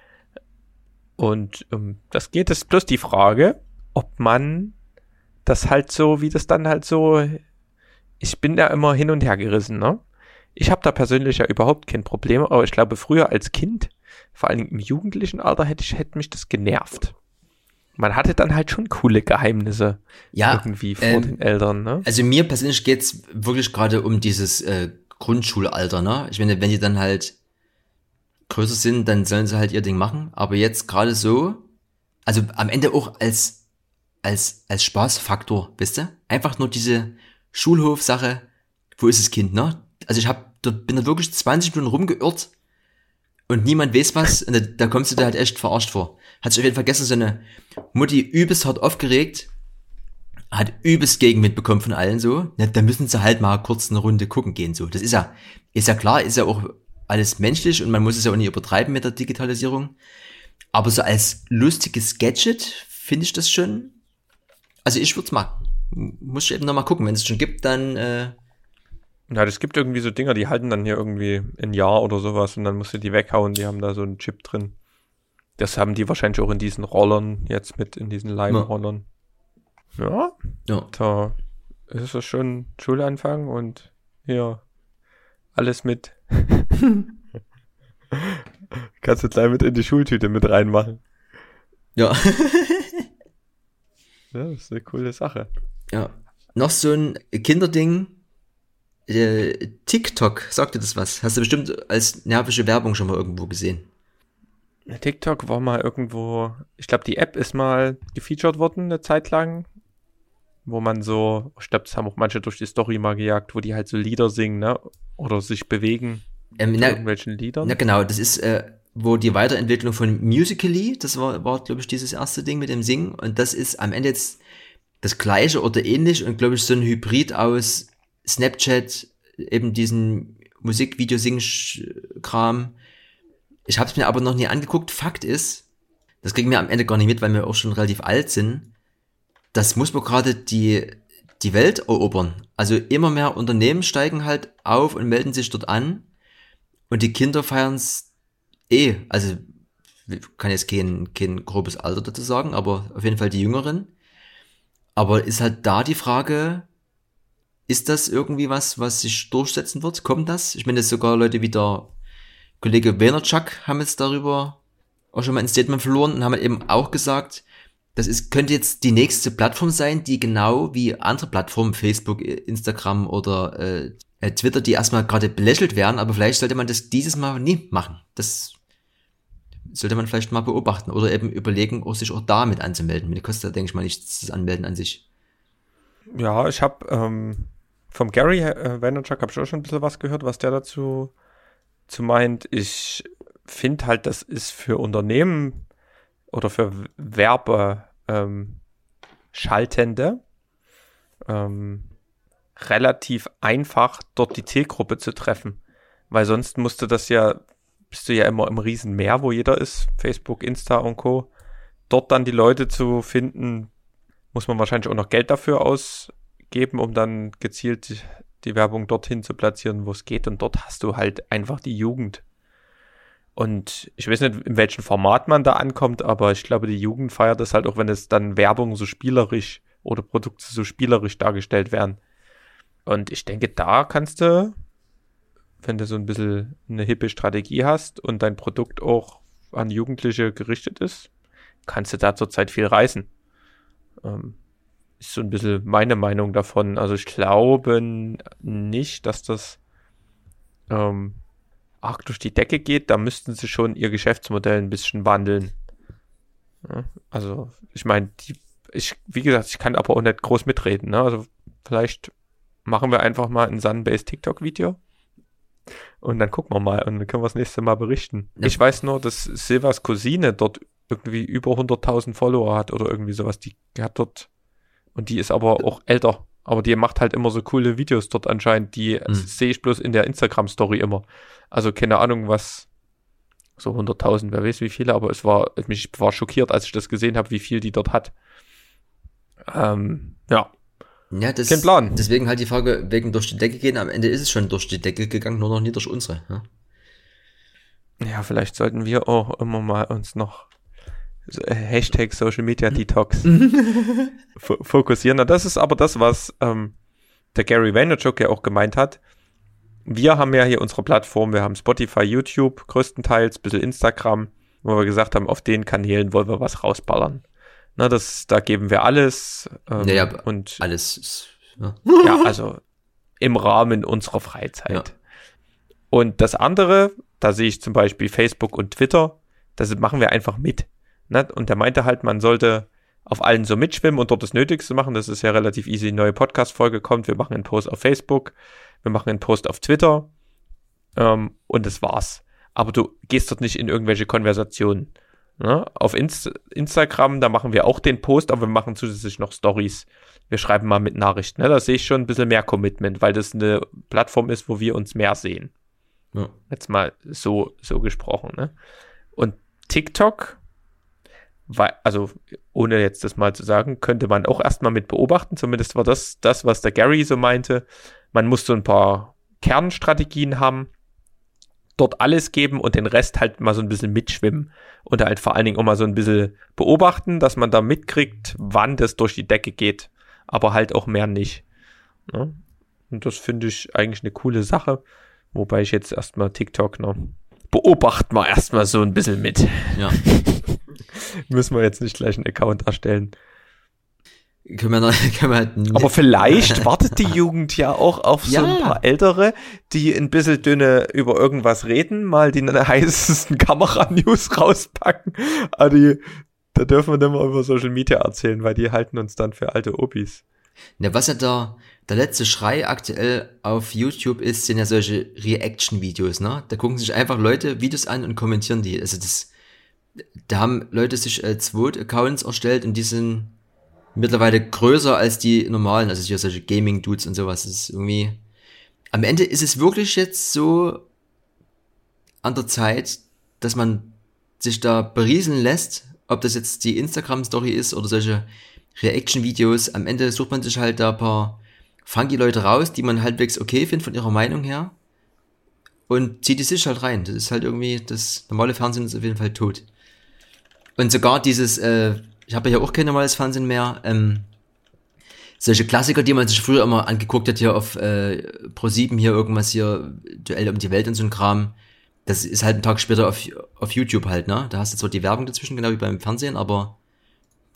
Und um das geht es bloß die Frage, ob man das halt so, wie das dann halt so, ich bin da immer hin und her gerissen, ne? Ich habe da persönlich ja überhaupt kein Problem, aber ich glaube, früher als Kind, vor allem im jugendlichen Alter, hätte ich, hätte mich das genervt. Man hatte dann halt schon coole Geheimnisse ja, irgendwie vor ähm, den Eltern, ne? Also mir persönlich geht's wirklich gerade um dieses äh, Grundschulalter, ne? Ich meine, wenn die dann halt größer sind, dann sollen sie halt ihr Ding machen. Aber jetzt gerade so, also am Ende auch als als als Spaßfaktor, wisst ihr? Einfach nur diese Schulhof-Sache, wo ist das Kind, ne? Also ich hab, da bin da wirklich zwanzig Minuten rumgeirrt und niemand weiß was und da, da kommst du dir halt echt verarscht vor. Hat sich auf jeden Fall gestern so eine Mutti übelst hart aufgeregt, hat übelst Gegenwind bekommen von allen so. Na, da müssen sie halt mal kurz eine Runde gucken gehen so. Das ist ja, ist ja klar, ist ja auch alles menschlich und man muss es ja auch nicht übertreiben mit der Digitalisierung. Aber so als lustiges Gadget finde ich das schon, also ich würde es machen. Muss ich eben noch mal gucken, wenn es schon gibt, dann äh, ja, es gibt irgendwie so Dinger, die halten dann hier irgendwie ein Jahr oder sowas und dann musst du die weghauen, die haben da so einen Chip drin. Das haben die wahrscheinlich auch in diesen Rollern jetzt mit, in diesen Leimrollern. Ja, ja. Da ist es schon Schulanfang und hier alles mit. Kannst du gleich mit in die Schultüte mit reinmachen. Ja. Ja, das ist eine coole Sache. Ja. Noch so ein Kinderding. Äh, TikTok, sagt dir das was? Hast du bestimmt als nervische Werbung schon mal irgendwo gesehen? TikTok war mal irgendwo, ich glaube, die App ist mal gefeatured worden eine Zeit lang, wo man so, ich glaube, das haben auch manche durch die Story mal gejagt, wo die halt so Lieder singen, ne? Oder sich bewegen ähm, mit na, irgendwelchen Liedern. Na genau, das ist, äh, wo die Weiterentwicklung von Musical.ly, das war, war glaube ich, dieses erste Ding mit dem Singen und das ist am Ende jetzt das gleiche oder ähnlich und glaube ich so ein Hybrid aus Snapchat, eben diesen Musikvideo-Sing-Kram. Ich habe es mir aber noch nie angeguckt. Fakt ist, das kriegen wir am Ende gar nicht mit, weil wir auch schon relativ alt sind. Das muss man gerade die, die Welt erobern. Also immer mehr Unternehmen steigen halt auf und melden sich dort an. Und die Kinder feiern es eh. Also ich kann jetzt kein, kein grobes Alter dazu sagen, aber auf jeden Fall die Jüngeren. Aber ist halt da die Frage, ist das irgendwie was, was sich durchsetzen wird? Kommt das? Ich meine, sogar Leute wie der Kollege Vaynerchuk haben jetzt darüber auch schon mal ein Statement verloren und haben eben auch gesagt, das ist, könnte jetzt die nächste Plattform sein, die genau wie andere Plattformen, Facebook, Instagram oder äh, Twitter, die erstmal gerade belächelt werden, aber vielleicht sollte man das dieses Mal nie machen. Das sollte man vielleicht mal beobachten oder eben überlegen, auch sich auch damit anzumelden. Mir kostet, denke ich mal, nichts das Anmelden an sich. Ja, ich habe ähm, vom Gary äh, Vaynerchuk habe ich auch schon ein bisschen was gehört, was der dazu zu meint. Ich finde halt, das ist für Unternehmen oder für Werbe ähm, Schaltende ähm, relativ einfach, dort die Zielgruppe zu treffen. Weil sonst musst du das ja, bist du ja immer im Riesenmeer, wo jeder ist, Facebook, Insta und Co. Dort dann die Leute zu finden, muss man wahrscheinlich auch noch Geld dafür ausgeben, um dann gezielt die, die Werbung dorthin zu platzieren, wo es geht. Und dort hast du halt einfach die Jugend. Und ich weiß nicht, in welchem Format man da ankommt, aber ich glaube, die Jugend feiert das halt auch, wenn es dann Werbung so spielerisch oder Produkte so spielerisch dargestellt werden. Und ich denke, da kannst du, wenn du so ein bisschen eine hippe Strategie hast und dein Produkt auch an Jugendliche gerichtet ist, kannst du da zurzeit viel reißen. Ähm, ist so ein bisschen meine Meinung davon. Also ich glaube nicht, dass das ähm, arg durch die Decke geht. Da müssten sie schon ihr Geschäftsmodell ein bisschen wandeln. Ja, also ich meine, die, ich, wie gesagt, ich kann aber auch nicht groß mitreden. Ne? Also vielleicht machen wir einfach mal ein Sun-based TikTok-Video und dann gucken wir mal und dann können wir das nächste Mal berichten. Ja. Ich weiß nur, dass Silvas Cousine dort irgendwie über hunderttausend Follower hat oder irgendwie sowas. Die hat dort, und die ist aber auch älter, aber die macht halt immer so coole Videos dort anscheinend, die mhm. sehe ich bloß in der Instagram-Story immer. Also keine Ahnung, was, so hunderttausend, wer weiß wie viele, aber es war, mich war schockiert, als ich das gesehen habe, wie viel die dort hat. Ähm, ja. Ja, das, kein Plan. Deswegen halt die Frage, wegen durch die Decke gehen, am Ende ist es schon durch die Decke gegangen, nur noch nie durch unsere. Ja, ja vielleicht sollten wir auch immer mal uns noch Hashtag Social Media Detox f- fokussieren. Und das ist aber das, was ähm, der Gary Vaynerchuk ja auch gemeint hat. Wir haben ja hier unsere Plattform, wir haben Spotify, YouTube größtenteils, ein bisschen Instagram, wo wir gesagt haben, auf den Kanälen wollen wir was rausballern. Na, das, da geben wir alles. Ähm, ja, und alles ist, ja. ja, also im Rahmen unserer Freizeit. Ja. Und das andere, da sehe ich zum Beispiel Facebook und Twitter, das machen wir einfach mit. Ne? Und der meinte halt, man sollte auf allen so mitschwimmen und dort das Nötigste machen. Das ist ja relativ easy. Eine neue Podcast-Folge kommt, wir machen einen Post auf Facebook, wir machen einen Post auf Twitter ähm, und das war's. Aber du gehst dort nicht in irgendwelche Konversationen. Ne? Auf Inst- Instagram, da machen wir auch den Post, aber wir machen zusätzlich noch Stories. Wir schreiben mal mit Nachrichten. Ne? Da sehe ich schon ein bisschen mehr Commitment, weil das eine Plattform ist, wo wir uns mehr sehen. Ja. Jetzt mal so, so gesprochen. Ne? Und TikTok, weil, also ohne jetzt das mal zu sagen, könnte man auch erstmal mit beobachten. Zumindest war das das, was der Gary so meinte. Man muss so ein paar Kernstrategien haben, dort alles geben und den Rest halt mal so ein bisschen mitschwimmen und halt vor allen Dingen auch mal so ein bisschen beobachten, dass man da mitkriegt, wann das durch die Decke geht, aber halt auch mehr nicht. Ja? Und das finde ich eigentlich eine coole Sache, wobei ich jetzt erstmal TikTok noch beobachten wir erstmal so ein bisschen mit. Ja. Müssen wir jetzt nicht gleich einen Account erstellen. Können wir noch, können wir halt aber vielleicht wartet die Jugend ja auch auf ja. so ein paar Ältere, die ein bisschen dünne über irgendwas reden, mal die heißesten Kamera-News rauspacken. Aber die, da dürfen wir dann mal über Social Media erzählen, weil die halten uns dann für alte Opis. Ja, was ja der, der letzte Schrei aktuell auf YouTube ist, sind ja solche Reaction-Videos, ne? Da gucken sich einfach Leute Videos an und kommentieren die. Also das, da haben Leute sich äh, zwei Accounts erstellt und die sind mittlerweile größer als die normalen, also hier solche Gaming-Dudes und sowas. Das ist irgendwie, am Ende ist es wirklich jetzt so an der Zeit, dass man sich da berieseln lässt, ob das jetzt die Instagram-Story ist oder solche Reaction-Videos. Am Ende sucht man sich halt da ein paar funky Leute raus, die man halbwegs okay findet von ihrer Meinung her und zieht die sich halt rein. Das ist halt irgendwie, das normale Fernsehen ist auf jeden Fall tot. Und sogar dieses, äh, ich habe ja auch kein normales Fernsehen mehr, ähm, solche Klassiker, die man sich früher immer angeguckt hat, hier auf äh, Pro sieben, hier irgendwas hier, Duell um die Welt und so ein Kram, das ist halt einen Tag später auf, auf YouTube halt, ne? Da hast du zwar die Werbung dazwischen, genau wie beim Fernsehen, aber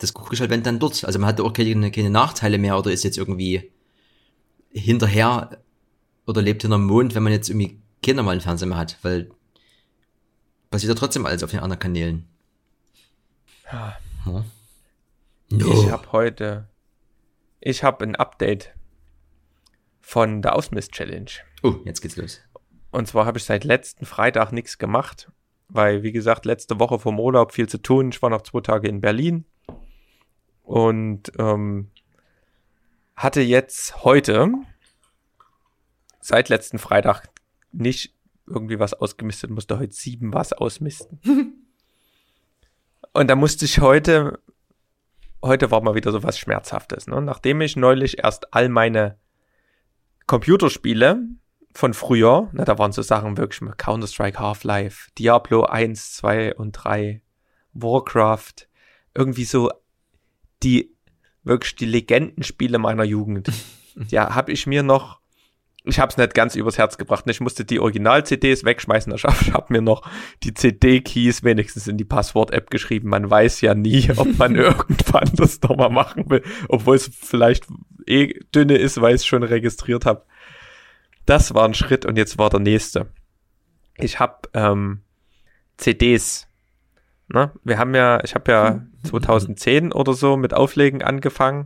das gucke ich halt wenn dann dort. Also man hat auch keine, keine Nachteile mehr oder ist jetzt irgendwie hinterher oder lebt hinterm Mond, wenn man jetzt irgendwie keinen normalen Fernseher mehr hat, weil passiert ja trotzdem alles auf den anderen Kanälen. Ja. Ja. No. Ich habe heute, ich habe ein Update von der Ausmist-Challenge. Oh, jetzt geht's los. Und zwar habe ich seit letzten Freitag nichts gemacht, weil, wie gesagt, letzte Woche vom Urlaub viel zu tun. Ich war noch zwei Tage in Berlin und ähm, hatte jetzt heute, seit letzten Freitag, nicht irgendwie was ausgemistet, musste heute sieben was ausmisten. Und da musste ich heute, heute war mal wieder so was Schmerzhaftes, ne? Nachdem ich neulich erst all meine Computerspiele von früher, na, da waren so Sachen wirklich mit Counter-Strike, Half-Life, Diablo eins, zwei und drei, Warcraft, irgendwie so die, wirklich die Legendenspiele meiner Jugend. Ja, habe ich mir noch, ich habe es nicht ganz übers Herz gebracht, ich musste die Original-C Ds wegschmeißen, ich habe hab mir noch die C D-Keys wenigstens in die Passwort-App geschrieben, man weiß ja nie, ob man irgendwann das nochmal machen will, obwohl es vielleicht eh dünne ist, weil ich es schon registriert habe. Das war ein Schritt und jetzt war der nächste. Ich habe ähm, C Ds. Ne? Wir haben ja, ich habe ja zwanzig zehn oder so mit Auflegen angefangen.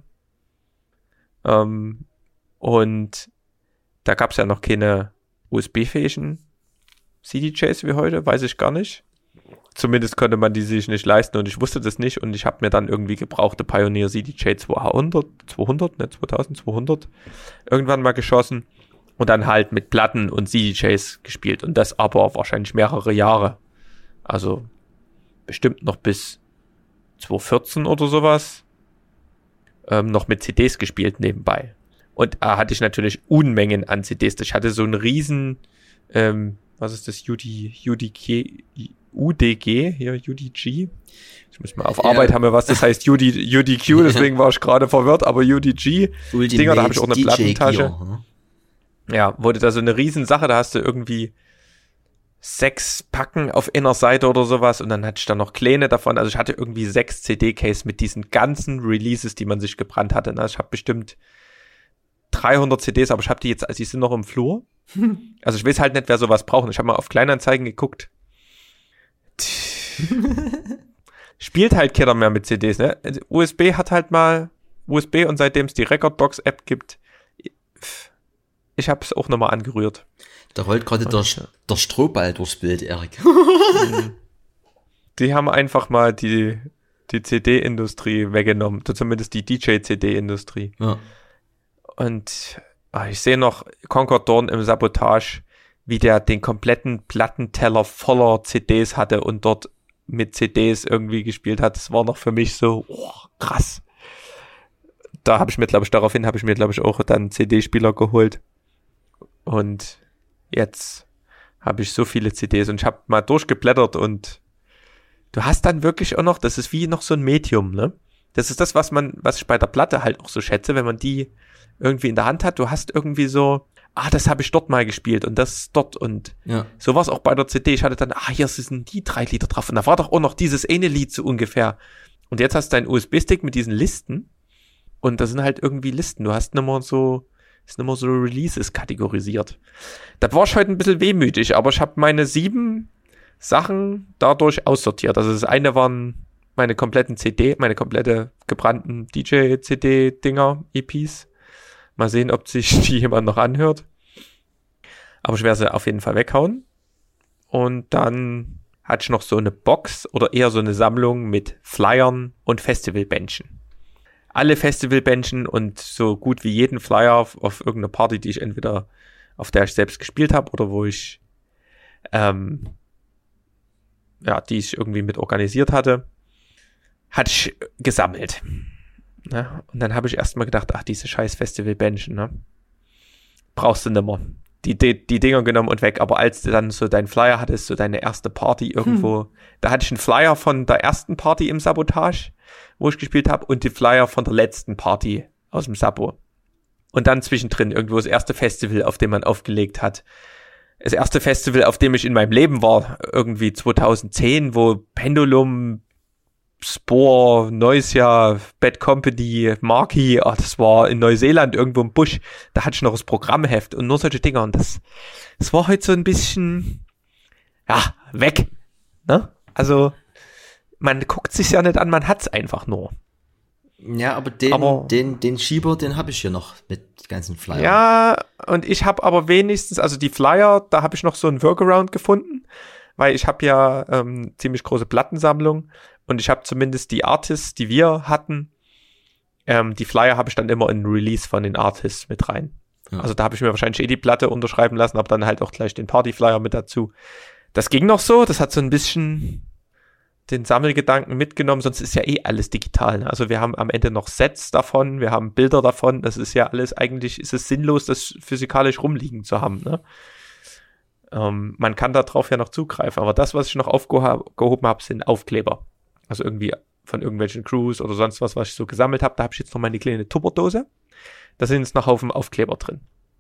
Ähm, und da gab es ja noch keine U S B-fähigen C D Js wie heute, weiß ich gar nicht. Zumindest konnte man die sich nicht leisten und ich wusste das nicht und ich habe mir dann irgendwie gebrauchte Pioneer C D J zweihundert, zweihundert, ne, zweitausendzweihundert irgendwann mal geschossen und dann halt mit Platten und C D Js gespielt und das aber wahrscheinlich mehrere Jahre. Also bestimmt noch bis zweitausendvierzehn oder sowas ähm, noch mit C Ds gespielt nebenbei. Und da hatte ich natürlich Unmengen an C Ds. Ich hatte so einen riesen, ähm, was ist das, U D, U D G, U D G, hier, U D G. Ich muss mal auf ja. Arbeit haben wir was, das heißt U D, U D Q, deswegen war ich gerade verwirrt, aber U D G, Ultimate Dinger, da habe ich auch eine D J Plattentasche. Gear, hm? Ja, wurde da so eine riesen Sache, da hast du irgendwie sechs Packen auf einer Seite oder sowas und dann hatte ich da noch kleine davon, also ich hatte irgendwie sechs C D-Case mit diesen ganzen Releases, die man sich gebrannt hatte. Ne? Ich habe bestimmt dreihundert C Ds, aber ich habe die jetzt, also die sind noch im Flur. Also ich weiß halt nicht, wer sowas braucht. Ich habe mal auf Kleinanzeigen geguckt. Spielt halt keiner mehr mit C Ds, ne? U S B hat halt mal U S B und seitdem es die Recordbox-App gibt, ich habe es auch nochmal angerührt. Da rollt gerade der, der Strohball durchs Bild, Erik. Die haben einfach mal die, die C D-Industrie weggenommen, zumindest die D J-C D-Industrie. Ja. Und ach, ich sehe noch Concord Dawn im Sabotage, wie der den kompletten Plattenteller voller C Ds hatte und dort mit C Ds irgendwie gespielt hat. Das war noch für mich so, oh, krass. Da habe ich mir, glaube ich, daraufhin habe ich mir, glaube ich, auch dann C D-Spieler geholt. Und jetzt habe ich so viele C Ds und ich habe mal durchgeblättert und du hast dann wirklich auch noch, das ist wie noch so ein Medium, ne? Das ist das, was man, was ich bei der Platte halt auch so schätze, wenn man die irgendwie in der Hand hat. Du hast irgendwie so, ah, das habe ich dort mal gespielt und das dort und ja. So war es auch bei der C D. Ich hatte dann, ah, hier sind die drei Lieder drauf und da war doch auch noch dieses eine Lied so ungefähr. Und jetzt hast du deinen U S B-Stick mit diesen Listen und da sind halt irgendwie Listen. Du hast nicht mehr so, ist nicht mehr so Releases kategorisiert. Da war ich heute ein bisschen wehmütig, aber ich habe meine sieben Sachen dadurch aussortiert. Also das eine waren meine kompletten C D, meine komplette gebrannten D J-C D-Dinger, E Ps. Mal sehen, ob sich die jemand noch anhört. Aber ich werde sie auf jeden Fall weghauen. Und dann hatte ich noch so eine Box oder eher so eine Sammlung mit Flyern und Festivalbändchen. Alle Festivalbändchen und so gut wie jeden Flyer auf, auf irgendeine Party, die ich entweder auf der ich selbst gespielt habe oder wo ich ähm, ja, die ich irgendwie mit organisiert hatte, hatte ich gesammelt. Ne? Und dann habe ich erstmal gedacht, ach, diese scheiß Festivalbändchen, ne? Brauchst du nimmer. Die, die, die Dinger genommen und weg. Aber als du dann so deinen Flyer hattest, so deine erste Party irgendwo, hm. da hatte ich einen Flyer von der ersten Party im Sabotage, wo ich gespielt habe, und die Flyer von der letzten Party aus dem Sabo. Und dann zwischendrin irgendwo das erste Festival, auf dem man aufgelegt hat. Das erste Festival, auf dem ich in meinem Leben war, irgendwie zweitausendzehn, wo Pendulum Spore, neues Jahr, Bad Company, Marquee, ach, das war in Neuseeland irgendwo im Busch, da hatte ich noch das Programmheft und nur solche Dinger und das, das war heute so ein bisschen, ja, weg, ne? Also, man guckt sich ja nicht an, man hat's einfach nur. Ja, aber den, aber, den, den Schieber, den habe ich hier noch mit ganzen Flyern. Ja, und ich habe aber wenigstens, also die Flyer, da habe ich noch so einen Workaround gefunden, weil ich habe ja ähm, ziemlich große Plattensammlung und ich habe zumindest die Artists, die wir hatten, ähm, die Flyer habe ich dann immer in Release von den Artists mit rein. Ja. Also da habe ich mir wahrscheinlich eh die Platte unterschreiben lassen, aber dann halt auch gleich den Partyflyer mit dazu. Das ging noch so, das hat so ein bisschen den Sammelgedanken mitgenommen, sonst ist ja eh alles digital. Ne? Also wir haben am Ende noch Sets davon, wir haben Bilder davon, das ist ja alles, eigentlich ist es sinnlos, das physikalisch rumliegen zu haben. Ne? Ähm, man kann da drauf ja noch zugreifen, aber das, was ich noch aufgehoben habe, sind Aufkleber. Also irgendwie von irgendwelchen Crews oder sonst was, was ich so gesammelt habe, da habe ich jetzt noch meine kleine Tupperdose. Da sind jetzt noch Haufen Aufkleber drin.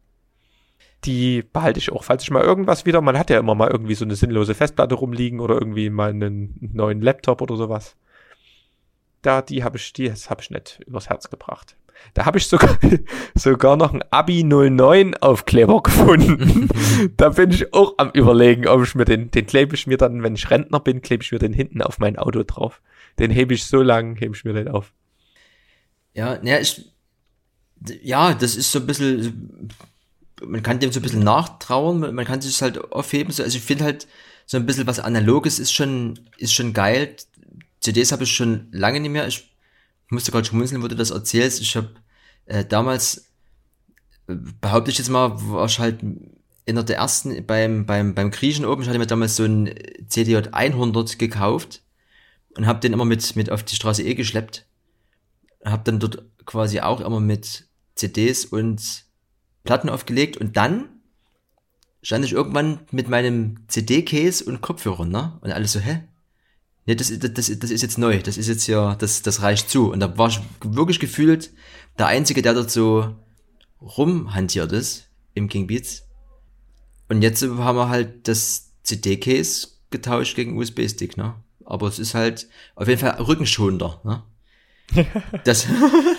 Die behalte ich auch, falls ich mal irgendwas wieder, man hat ja immer mal irgendwie so eine sinnlose Festplatte rumliegen oder irgendwie mal einen neuen Laptop oder sowas. Da, die habe ich, die habe ich nicht übers Herz gebracht. Da habe ich sogar, sogar noch einen Abi null neun Aufkleber gefunden. Da bin ich auch am Überlegen, ob ich mir den, den klebe ich mir dann, wenn ich Rentner bin, klebe ich mir den hinten auf mein Auto drauf. Den hebe ich so lang, hebe ich mir den auf. Ja, ja, ich, ja, das ist so ein bisschen, man kann dem so ein bisschen nachtrauern, man kann sich es halt aufheben. Also ich finde halt, so ein bisschen was Analoges ist schon, ist schon geil. C Ds habe ich schon lange nicht mehr. Ich musste gerade schmunzeln, wo du das erzählst. Ich habe äh, damals, äh, behaupte ich jetzt mal, war ich halt einer der ersten beim, beim, beim Griechen oben. Ich hatte mir damals so einen C D J hundert gekauft und habe den immer mit, mit auf die Straße E geschleppt. Habe dann dort quasi auch immer mit C Ds und Platten aufgelegt und dann stand ich irgendwann mit meinem C D-Case und Kopfhörern, ne? Und alles so, hä? Ne, das, das, das ist jetzt neu, das ist jetzt ja, das, das reicht zu. Und da war ich wirklich gefühlt der Einzige, der dort so rumhantiert ist im King Beats. Und jetzt haben wir halt das C D-Case getauscht gegen U S B-Stick, ne? Aber es ist halt auf jeden Fall rückenschonender, ne? Das.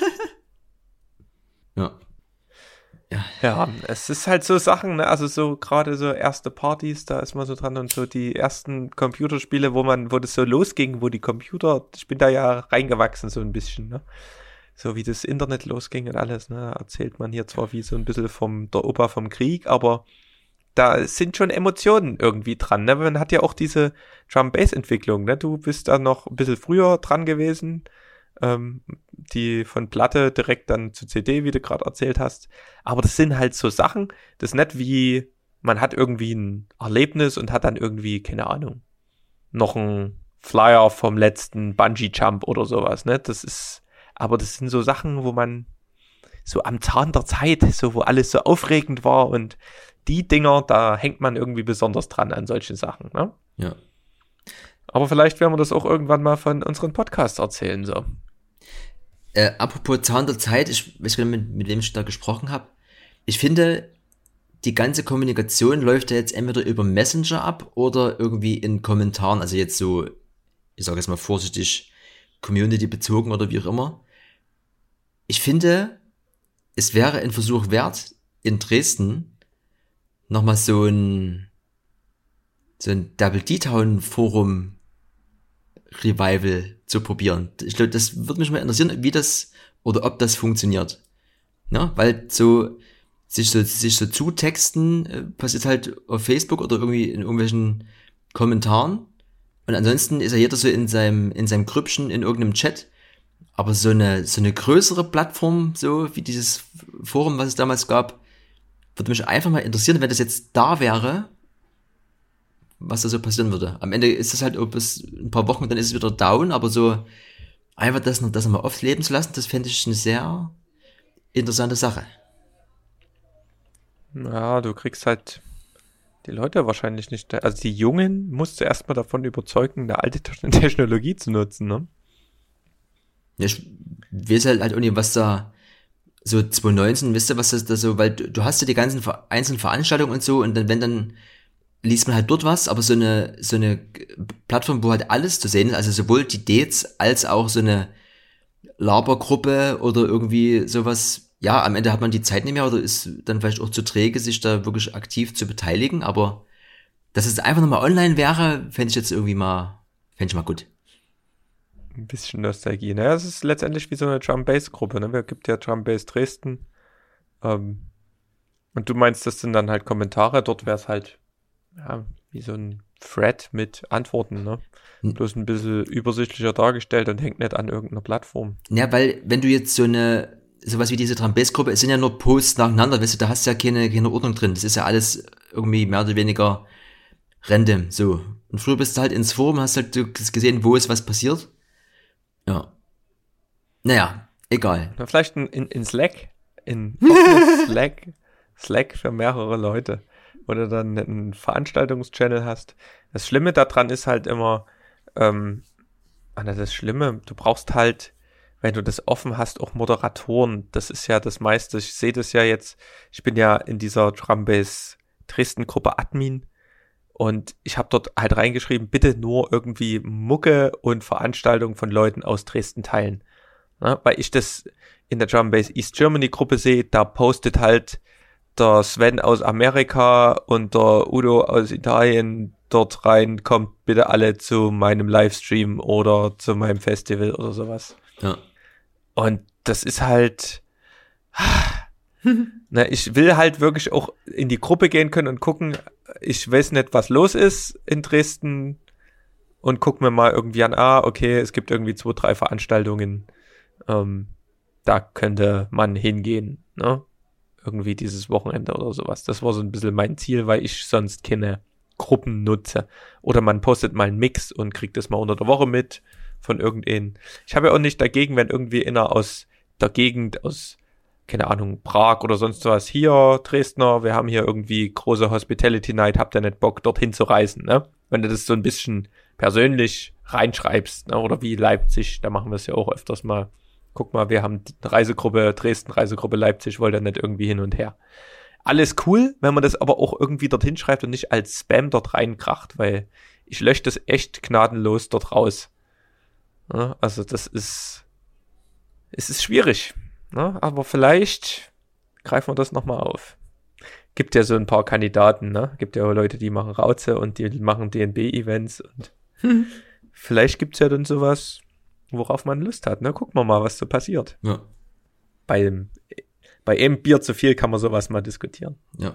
Ja. Ja. ja, es ist halt so Sachen, ne? Also so gerade so erste Partys, da ist man so dran und so die ersten Computerspiele, wo man, wo das so losging, wo die Computer, ich bin da ja reingewachsen so ein bisschen, ne? So wie das Internet losging und alles, ne? Erzählt man hier zwar wie so ein bisschen vom, der Opa vom Krieg, aber da sind schon Emotionen irgendwie dran, ne? Man hat ja auch diese Drum-Bass-Entwicklung, ne? Du bist da noch ein bisschen früher dran gewesen, ähm, die von Platte direkt dann zu C D, wie du gerade erzählt hast. Aber das sind halt so Sachen, das ist nicht wie, man hat irgendwie ein Erlebnis und hat dann irgendwie, keine Ahnung, noch ein Flyer vom letzten Bungee-Jump oder sowas, ne? Das ist, aber das sind so Sachen, wo man so am Zahn der Zeit, so wo alles so aufregend war und die Dinger, da hängt man irgendwie besonders dran an solchen Sachen, ne? Ja. Aber vielleicht werden wir das auch irgendwann mal von unseren Podcasts erzählen, so. Äh, apropos Zahn der Zeit, ich weiß gar nicht, mit, mit wem ich da gesprochen habe. Ich finde, die ganze Kommunikation läuft ja jetzt entweder über Messenger ab oder irgendwie in Kommentaren, also jetzt so, ich sage jetzt mal vorsichtig, Community-bezogen oder wie auch immer. Ich finde, es wäre ein Versuch wert, in Dresden nochmal so ein so ein Double D-Town Forum Revival zu probieren. Ich glaube, das würde mich mal interessieren, wie das oder ob das funktioniert. Ja, weil so sich so sich so zutexten äh, passiert halt auf Facebook oder irgendwie in irgendwelchen Kommentaren und ansonsten ist ja jeder so in seinem in seinem Grüppchen in irgendeinem Chat, aber so eine so eine größere Plattform, so wie dieses Forum, was es damals gab, würde mich einfach mal interessieren, wenn das jetzt da wäre, was da so passieren würde. Am Ende ist es halt ob es ein paar Wochen, dann ist es wieder down, aber so einfach das, das nochmal oft leben zu lassen, das fände ich eine sehr interessante Sache. Ja, du kriegst halt die Leute wahrscheinlich nicht, also die Jungen musst du erstmal davon überzeugen, eine alte Technologie zu nutzen, ne? Ja, ich weiß halt halt auch nicht, was da so zwanzig neunzehn, wisst ihr, was das da so, weil du, du hast ja die ganzen einzelnen Veranstaltungen und so und dann, wenn dann liest man halt dort was, aber so eine, so eine Plattform, wo halt alles zu sehen ist, also sowohl die Dates als auch so eine Labergruppe oder irgendwie sowas, ja, am Ende hat man die Zeit nicht mehr oder ist dann vielleicht auch zu träge, sich da wirklich aktiv zu beteiligen, aber dass es einfach nochmal online wäre, fände ich jetzt irgendwie mal, fände ich mal gut. Ein bisschen Nostalgie. Naja, es ist letztendlich wie so eine Drum-Bass-Gruppe, ne? Es gibt ja Drum-Bass Dresden. Ähm, und du meinst, das sind dann halt Kommentare, dort wäre es halt, ja, wie so ein Thread mit Antworten, ne? Hm. Bloß ein bisschen übersichtlicher dargestellt und hängt nicht an irgendeiner Plattform. Ja, weil wenn du jetzt so eine, sowas wie diese Drum-Bass-Gruppe, es sind ja nur Posts nacheinander, weißt du, da hast du ja keine, keine Ordnung drin. Das ist ja alles irgendwie mehr oder weniger random, so. Und früher bist du halt ins Forum, hast halt gesehen, wo ist was passiert. Ja. Naja, egal. Na, vielleicht in, in, in Slack, in Slack, Slack für mehrere Leute, wo du dann einen Veranstaltungschannel hast. Das Schlimme daran ist halt immer, ähm, das Schlimme, du brauchst halt, wenn du das offen hast, auch Moderatoren. Das ist ja das meiste. Ich sehe das ja jetzt, ich bin ja in dieser Drum-Bass Dresden-Gruppe Admin. Und ich habe dort halt reingeschrieben, bitte nur irgendwie Mucke und Veranstaltungen von Leuten aus Dresden teilen. Ja, weil ich das in der Drum Bass East Germany Gruppe sehe, da postet halt der Sven aus Amerika und der Udo aus Italien dort rein, kommt bitte alle zu meinem Livestream oder zu meinem Festival oder sowas. Ja. Und das ist halt... Na, ich will halt wirklich auch in die Gruppe gehen können und gucken, ich weiß nicht, was los ist in Dresden und guck mir mal irgendwie an, ah, okay, es gibt irgendwie zwei, drei Veranstaltungen, ähm, da könnte man hingehen, ne? Irgendwie dieses Wochenende oder sowas. Das war so ein bisschen mein Ziel, weil ich sonst keine Gruppen nutze. Oder man postet mal einen Mix und kriegt das mal unter der Woche mit von irgendeinem. Ich habe ja auch nicht dagegen, wenn irgendwie einer aus der Gegend, aus keine Ahnung, Prag oder sonst was, hier, Dresdner, wir haben hier irgendwie große Hospitality Night, habt ihr nicht Bock, dorthin zu reisen, ne? Wenn du das so ein bisschen persönlich reinschreibst, ne? Oder wie Leipzig, da machen wir es ja auch öfters mal. Guck mal, wir haben eine Reisegruppe Dresden, Reisegruppe Leipzig, wollt ihr nicht irgendwie hin und her. Alles cool, wenn man das aber auch irgendwie dorthin schreibt und nicht als Spam dort reinkracht, weil ich lösche das echt gnadenlos dort raus. Ne? Also das ist, es ist schwierig. Ne? Aber vielleicht greifen wir das nochmal auf. Gibt ja so ein paar Kandidaten, ne? Gibt ja auch Leute, die machen Rauze und die machen D N B-Events und hm. vielleicht gibt's ja dann sowas, worauf man Lust hat, ne? Gucken wir mal, was so passiert. Ja. Bei, bei einem Bier zu viel kann man sowas mal diskutieren. Ja.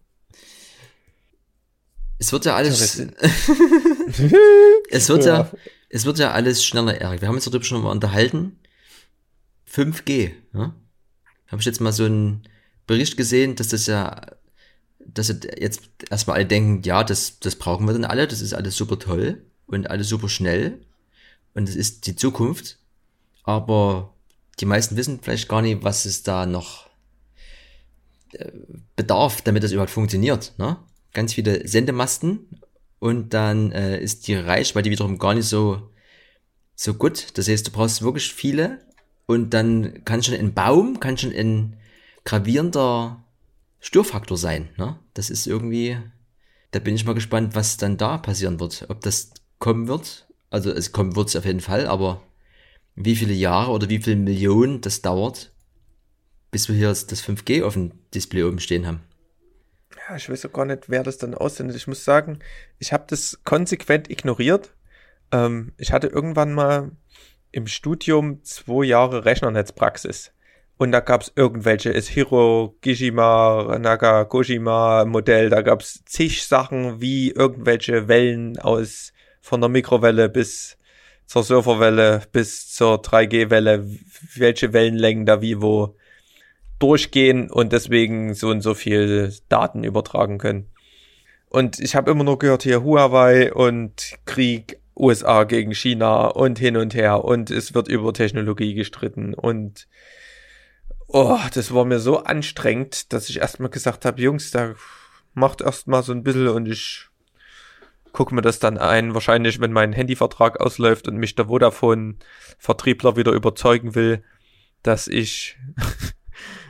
Es wird ja alles, es wird ja. ja, es wird ja alles schneller, Erik. Wir haben uns darüber schon mal unterhalten. fünf G, ne? Habe ich jetzt mal so einen Bericht gesehen, dass das ja, dass jetzt erstmal alle denken, ja, das, das brauchen wir dann alle, das ist alles super toll und alles super schnell und das ist die Zukunft, aber die meisten wissen vielleicht gar nicht, was es da noch äh, bedarf, damit das überhaupt funktioniert, ne? Ganz viele Sendemasten und dann äh, ist die Reichweite wiederum gar nicht so, so gut, das heißt, du brauchst wirklich viele. Und dann kann schon ein Baum, kann schon ein gravierender Störfaktor sein, ne? Das ist irgendwie, da bin ich mal gespannt, was dann da passieren wird. Ob das kommen wird, also es kommen wird es auf jeden Fall, aber wie viele Jahre oder wie viele Millionen das dauert, bis wir hier das fünf G auf dem Display oben stehen haben. Ja, ich weiß auch gar nicht, wer das dann aussendet. Ich muss sagen, ich habe das konsequent ignoriert. Ähm, ich hatte irgendwann mal im Studium zwei Jahre Rechnernetzpraxis. Und da gab's irgendwelche, ist Hiro, Gijima, Naga, Kojima Modell, da gab's zig Sachen, wie irgendwelche Wellen aus, von der Mikrowelle bis zur Surferwelle, bis zur drei G Welle, welche Wellenlängen da wie wo durchgehen und deswegen so und so viel Daten übertragen können. Und ich habe immer nur gehört, hier Huawei und Krieg, U S A gegen China und hin und her und es wird über Technologie gestritten und oh, das war mir so anstrengend, dass ich erstmal gesagt habe, Jungs, da macht erstmal so ein bisschen und ich gucke mir das dann ein, wahrscheinlich wenn mein Handyvertrag ausläuft und mich der Vodafone-Vertriebler wieder überzeugen will, dass ich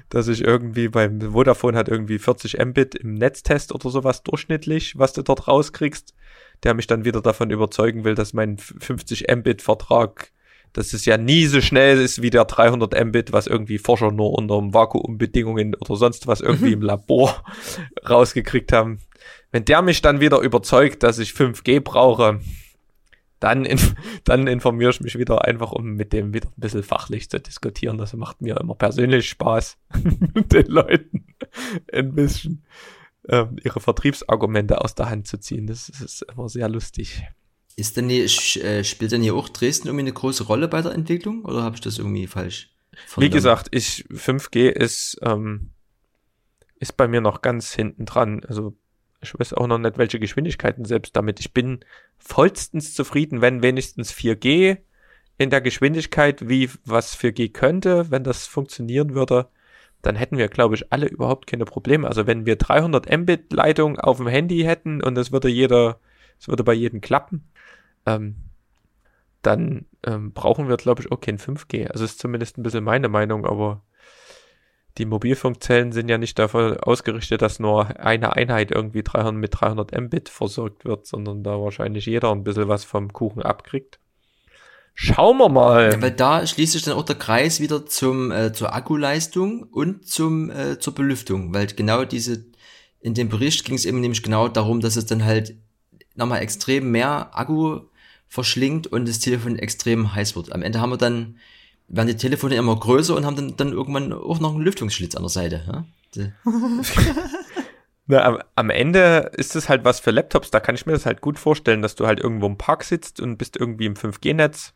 dass ich irgendwie beim Vodafone hat irgendwie vierzig Mbit im Netztest oder sowas durchschnittlich, was du dort rauskriegst, der mich dann wieder davon überzeugen will, dass mein fünfzig Mbit Vertrag, dass es ja nie so schnell ist wie der dreihundert Mbit, was irgendwie Forscher nur unter Vakuumbedingungen oder sonst was irgendwie im Labor rausgekriegt haben. Wenn der mich dann wieder überzeugt, dass ich fünf G brauche, dann, in, dann informiere ich mich wieder einfach, um mit dem wieder ein bisschen fachlich zu diskutieren. Das macht mir immer persönlich Spaß, den Leuten ein bisschen ähm, ihre Vertriebsargumente aus der Hand zu ziehen. Das, das ist immer sehr lustig. Ist denn hier, äh, spielt denn hier auch Dresden irgendwie eine große Rolle bei der Entwicklung oder habe ich das irgendwie falsch verstanden? Wie gesagt, ich fünf G ist, ähm, ist bei mir noch ganz hinten dran. Also ich weiß auch noch nicht, welche Geschwindigkeiten selbst damit. Ich bin vollstens zufrieden, wenn wenigstens vier G in der Geschwindigkeit, wie was vier G könnte, wenn das funktionieren würde, dann hätten wir, glaube ich, alle überhaupt keine Probleme. Also wenn wir dreihundert Mbit Leitung auf dem Handy hätten und es würde jeder, es würde bei jedem klappen, ähm, dann ähm, brauchen wir, glaube ich, auch kein fünf G. Also ist zumindest ein bisschen meine Meinung, aber die Mobilfunkzellen sind ja nicht dafür ausgerichtet, dass nur eine Einheit irgendwie dreihundert mit dreihundert Mbit versorgt wird, sondern da wahrscheinlich jeder ein bisschen was vom Kuchen abkriegt. Schauen wir mal. Ja, weil da schließt sich dann auch der Kreis wieder zum äh, zur Akkuleistung und zum äh, zur Belüftung, weil genau diese, in dem Bericht ging es eben nämlich genau darum, dass es dann halt nochmal extrem mehr Akku verschlingt und das Telefon extrem heiß wird. Am Ende haben wir dann werden die Telefone immer größer und haben dann, dann irgendwann auch noch einen Lüftungsschlitz an der Seite. Ja? Na, am, am Ende ist es halt was für Laptops, da kann ich mir das halt gut vorstellen, dass du halt irgendwo im Park sitzt und bist irgendwie im fünf G Netz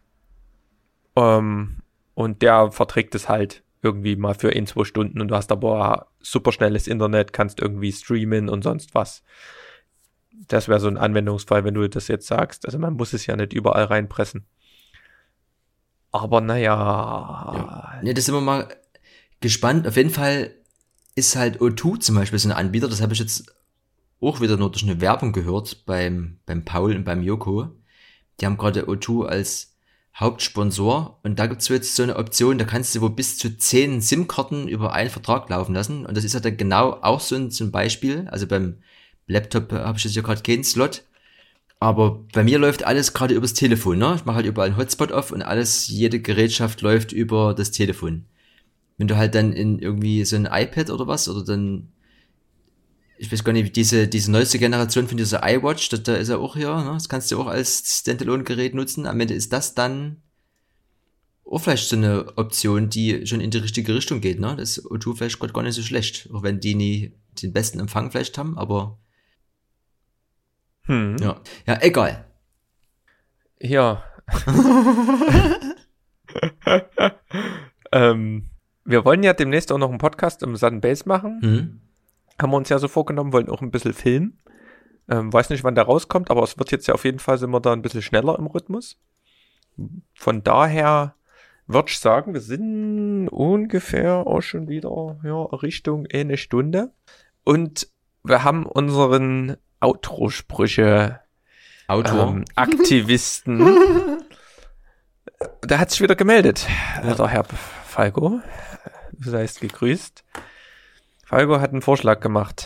ähm, und der verträgt es halt irgendwie mal für ein, zwei Stunden und du hast aber super schnelles Internet, kannst irgendwie streamen und sonst was. Das wäre so ein Anwendungsfall, wenn du das jetzt sagst. Also man muss es ja nicht überall reinpressen. Aber naja. Ja. Ne, das sind wir mal gespannt. Auf jeden Fall ist halt O zwei zum Beispiel so ein Anbieter, das habe ich jetzt auch wieder nur durch eine Werbung gehört beim, beim Paul und beim Joko. Die haben gerade O zwei als Hauptsponsor und da gibt's jetzt so eine Option, da kannst du wohl bis zu zehn SIM-Karten über einen Vertrag laufen lassen und das ist ja dann genau auch so ein, so ein Beispiel. Also beim Laptop habe ich jetzt ja gerade keinen Slot. Aber bei mir läuft alles gerade übers Telefon, ne? Ich mache halt überall einen Hotspot auf und alles, jede Gerätschaft läuft über das Telefon. Wenn du halt dann in irgendwie so ein iPad oder was, oder dann, ich weiß gar nicht, diese diese neueste Generation von dieser iWatch, da, da ist ja auch hier, ne? Das kannst du auch als Standalone-Gerät nutzen. Am Ende ist das dann auch vielleicht so eine Option, die schon in die richtige Richtung geht, ne? Das ist O zwei vielleicht gerade gar nicht so schlecht, auch wenn die nie den besten Empfang vielleicht haben, aber Hm. Ja, ja, egal. Ja. ähm, wir wollen ja demnächst auch noch einen Podcast im Sun Base machen. Mhm. Haben wir uns ja so vorgenommen, wollen auch ein bisschen filmen. Ähm, weiß nicht, wann der rauskommt, aber es wird jetzt ja auf jeden Fall, sind wir da ein bisschen schneller im Rhythmus. Von daher würde ich sagen, wir sind ungefähr auch schon wieder ja, Richtung eine Stunde. Und wir haben unseren Outro-Sprüche Autor. Ähm, Aktivisten. Der hat sich wieder gemeldet, ja. Der Herr Falco. Du seist gegrüßt. Falco hat einen Vorschlag gemacht.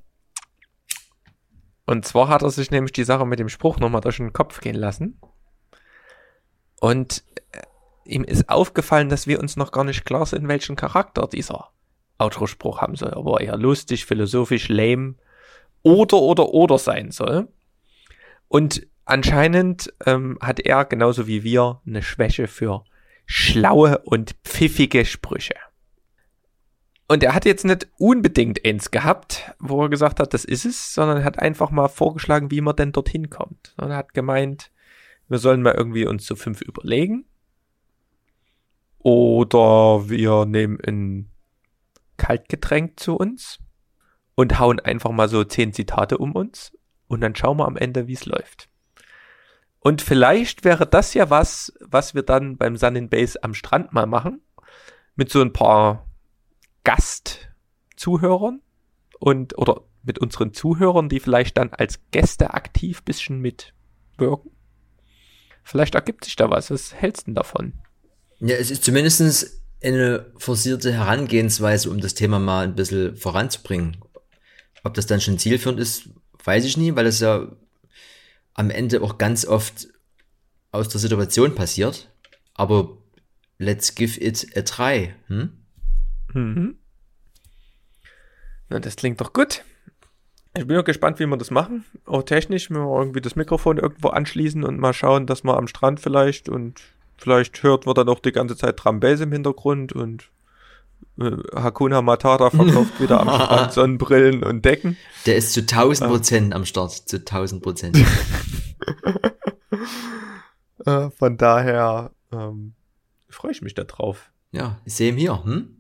Und zwar hat er sich nämlich die Sache mit dem Spruch nochmal durch den Kopf gehen lassen. Und ihm ist aufgefallen, dass wir uns noch gar nicht klar sind, welchen Charakter dieser Outro-Spruch haben soll. Aber eher lustig, philosophisch, lame oder oder oder sein soll. Und anscheinend ähm, hat er, genauso wie wir, eine Schwäche für schlaue und pfiffige Sprüche. Und er hat jetzt nicht unbedingt eins gehabt, wo er gesagt hat, das ist es, sondern hat einfach mal vorgeschlagen, wie man denn dorthin kommt. Und er hat gemeint, wir sollen mal irgendwie uns so fünf überlegen. Oder wir nehmen ein Kaltgetränk zu uns und hauen einfach mal so zehn Zitate um uns. Und dann schauen wir am Ende, wie es läuft. Und vielleicht wäre das ja was, was wir dann beim Sun in Base am Strand mal machen. Mit so ein paar Gastzuhörern und oder mit unseren Zuhörern, die vielleicht dann als Gäste aktiv ein bisschen mitwirken. Vielleicht ergibt sich da was. Was hältst du denn davon? Ja, es ist zumindestens eine forcierte Herangehensweise, um das Thema mal ein bisschen voranzubringen. Ob das dann schon zielführend ist, weiß ich nie, weil es ja am Ende auch ganz oft aus der Situation passiert. Aber let's give it a try. Hm? Mhm. Na, das klingt doch gut. Ich bin auch gespannt, wie wir das machen. Auch technisch, wenn wir irgendwie das Mikrofon irgendwo anschließen und mal schauen, dass wir am Strand vielleicht und vielleicht hört man dann auch die ganze Zeit Drum Bass im Hintergrund und äh, Hakuna Matata verkauft wieder am Strand Sonnenbrillen und Decken. Der ist zu tausend Prozent am Start. Zu tausend Prozent. äh, von daher ähm, freue ich mich da drauf. Ja, same hier. Hm?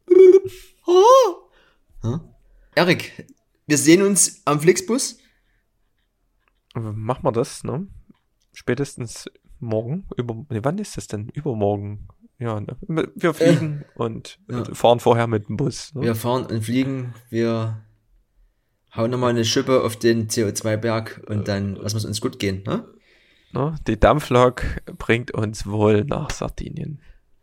hm? Erik, wir sehen uns am Flixbus. Machen wir das, ne? Spätestens morgen. Über, nee, wann ist das denn? Übermorgen. Ja, ne? Wir fliegen äh, und ja. fahren vorher mit dem Bus. Ne? Wir fahren und fliegen. Wir hauen nochmal eine Schippe auf den C O zwei Berg und dann lassen wir es uns gut gehen. Ne? Ne? Die Dampflok bringt uns wohl nach Sardinien.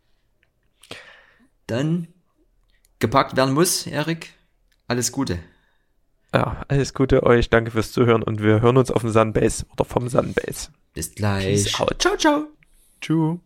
Dann gepackt werden muss, Erik. Alles Gute. Ja, alles Gute euch. Danke fürs Zuhören und wir hören uns auf dem Sunbase oder vom Sunbase. Bis gleich. Peace out. Ciao, ciao. Tschüss.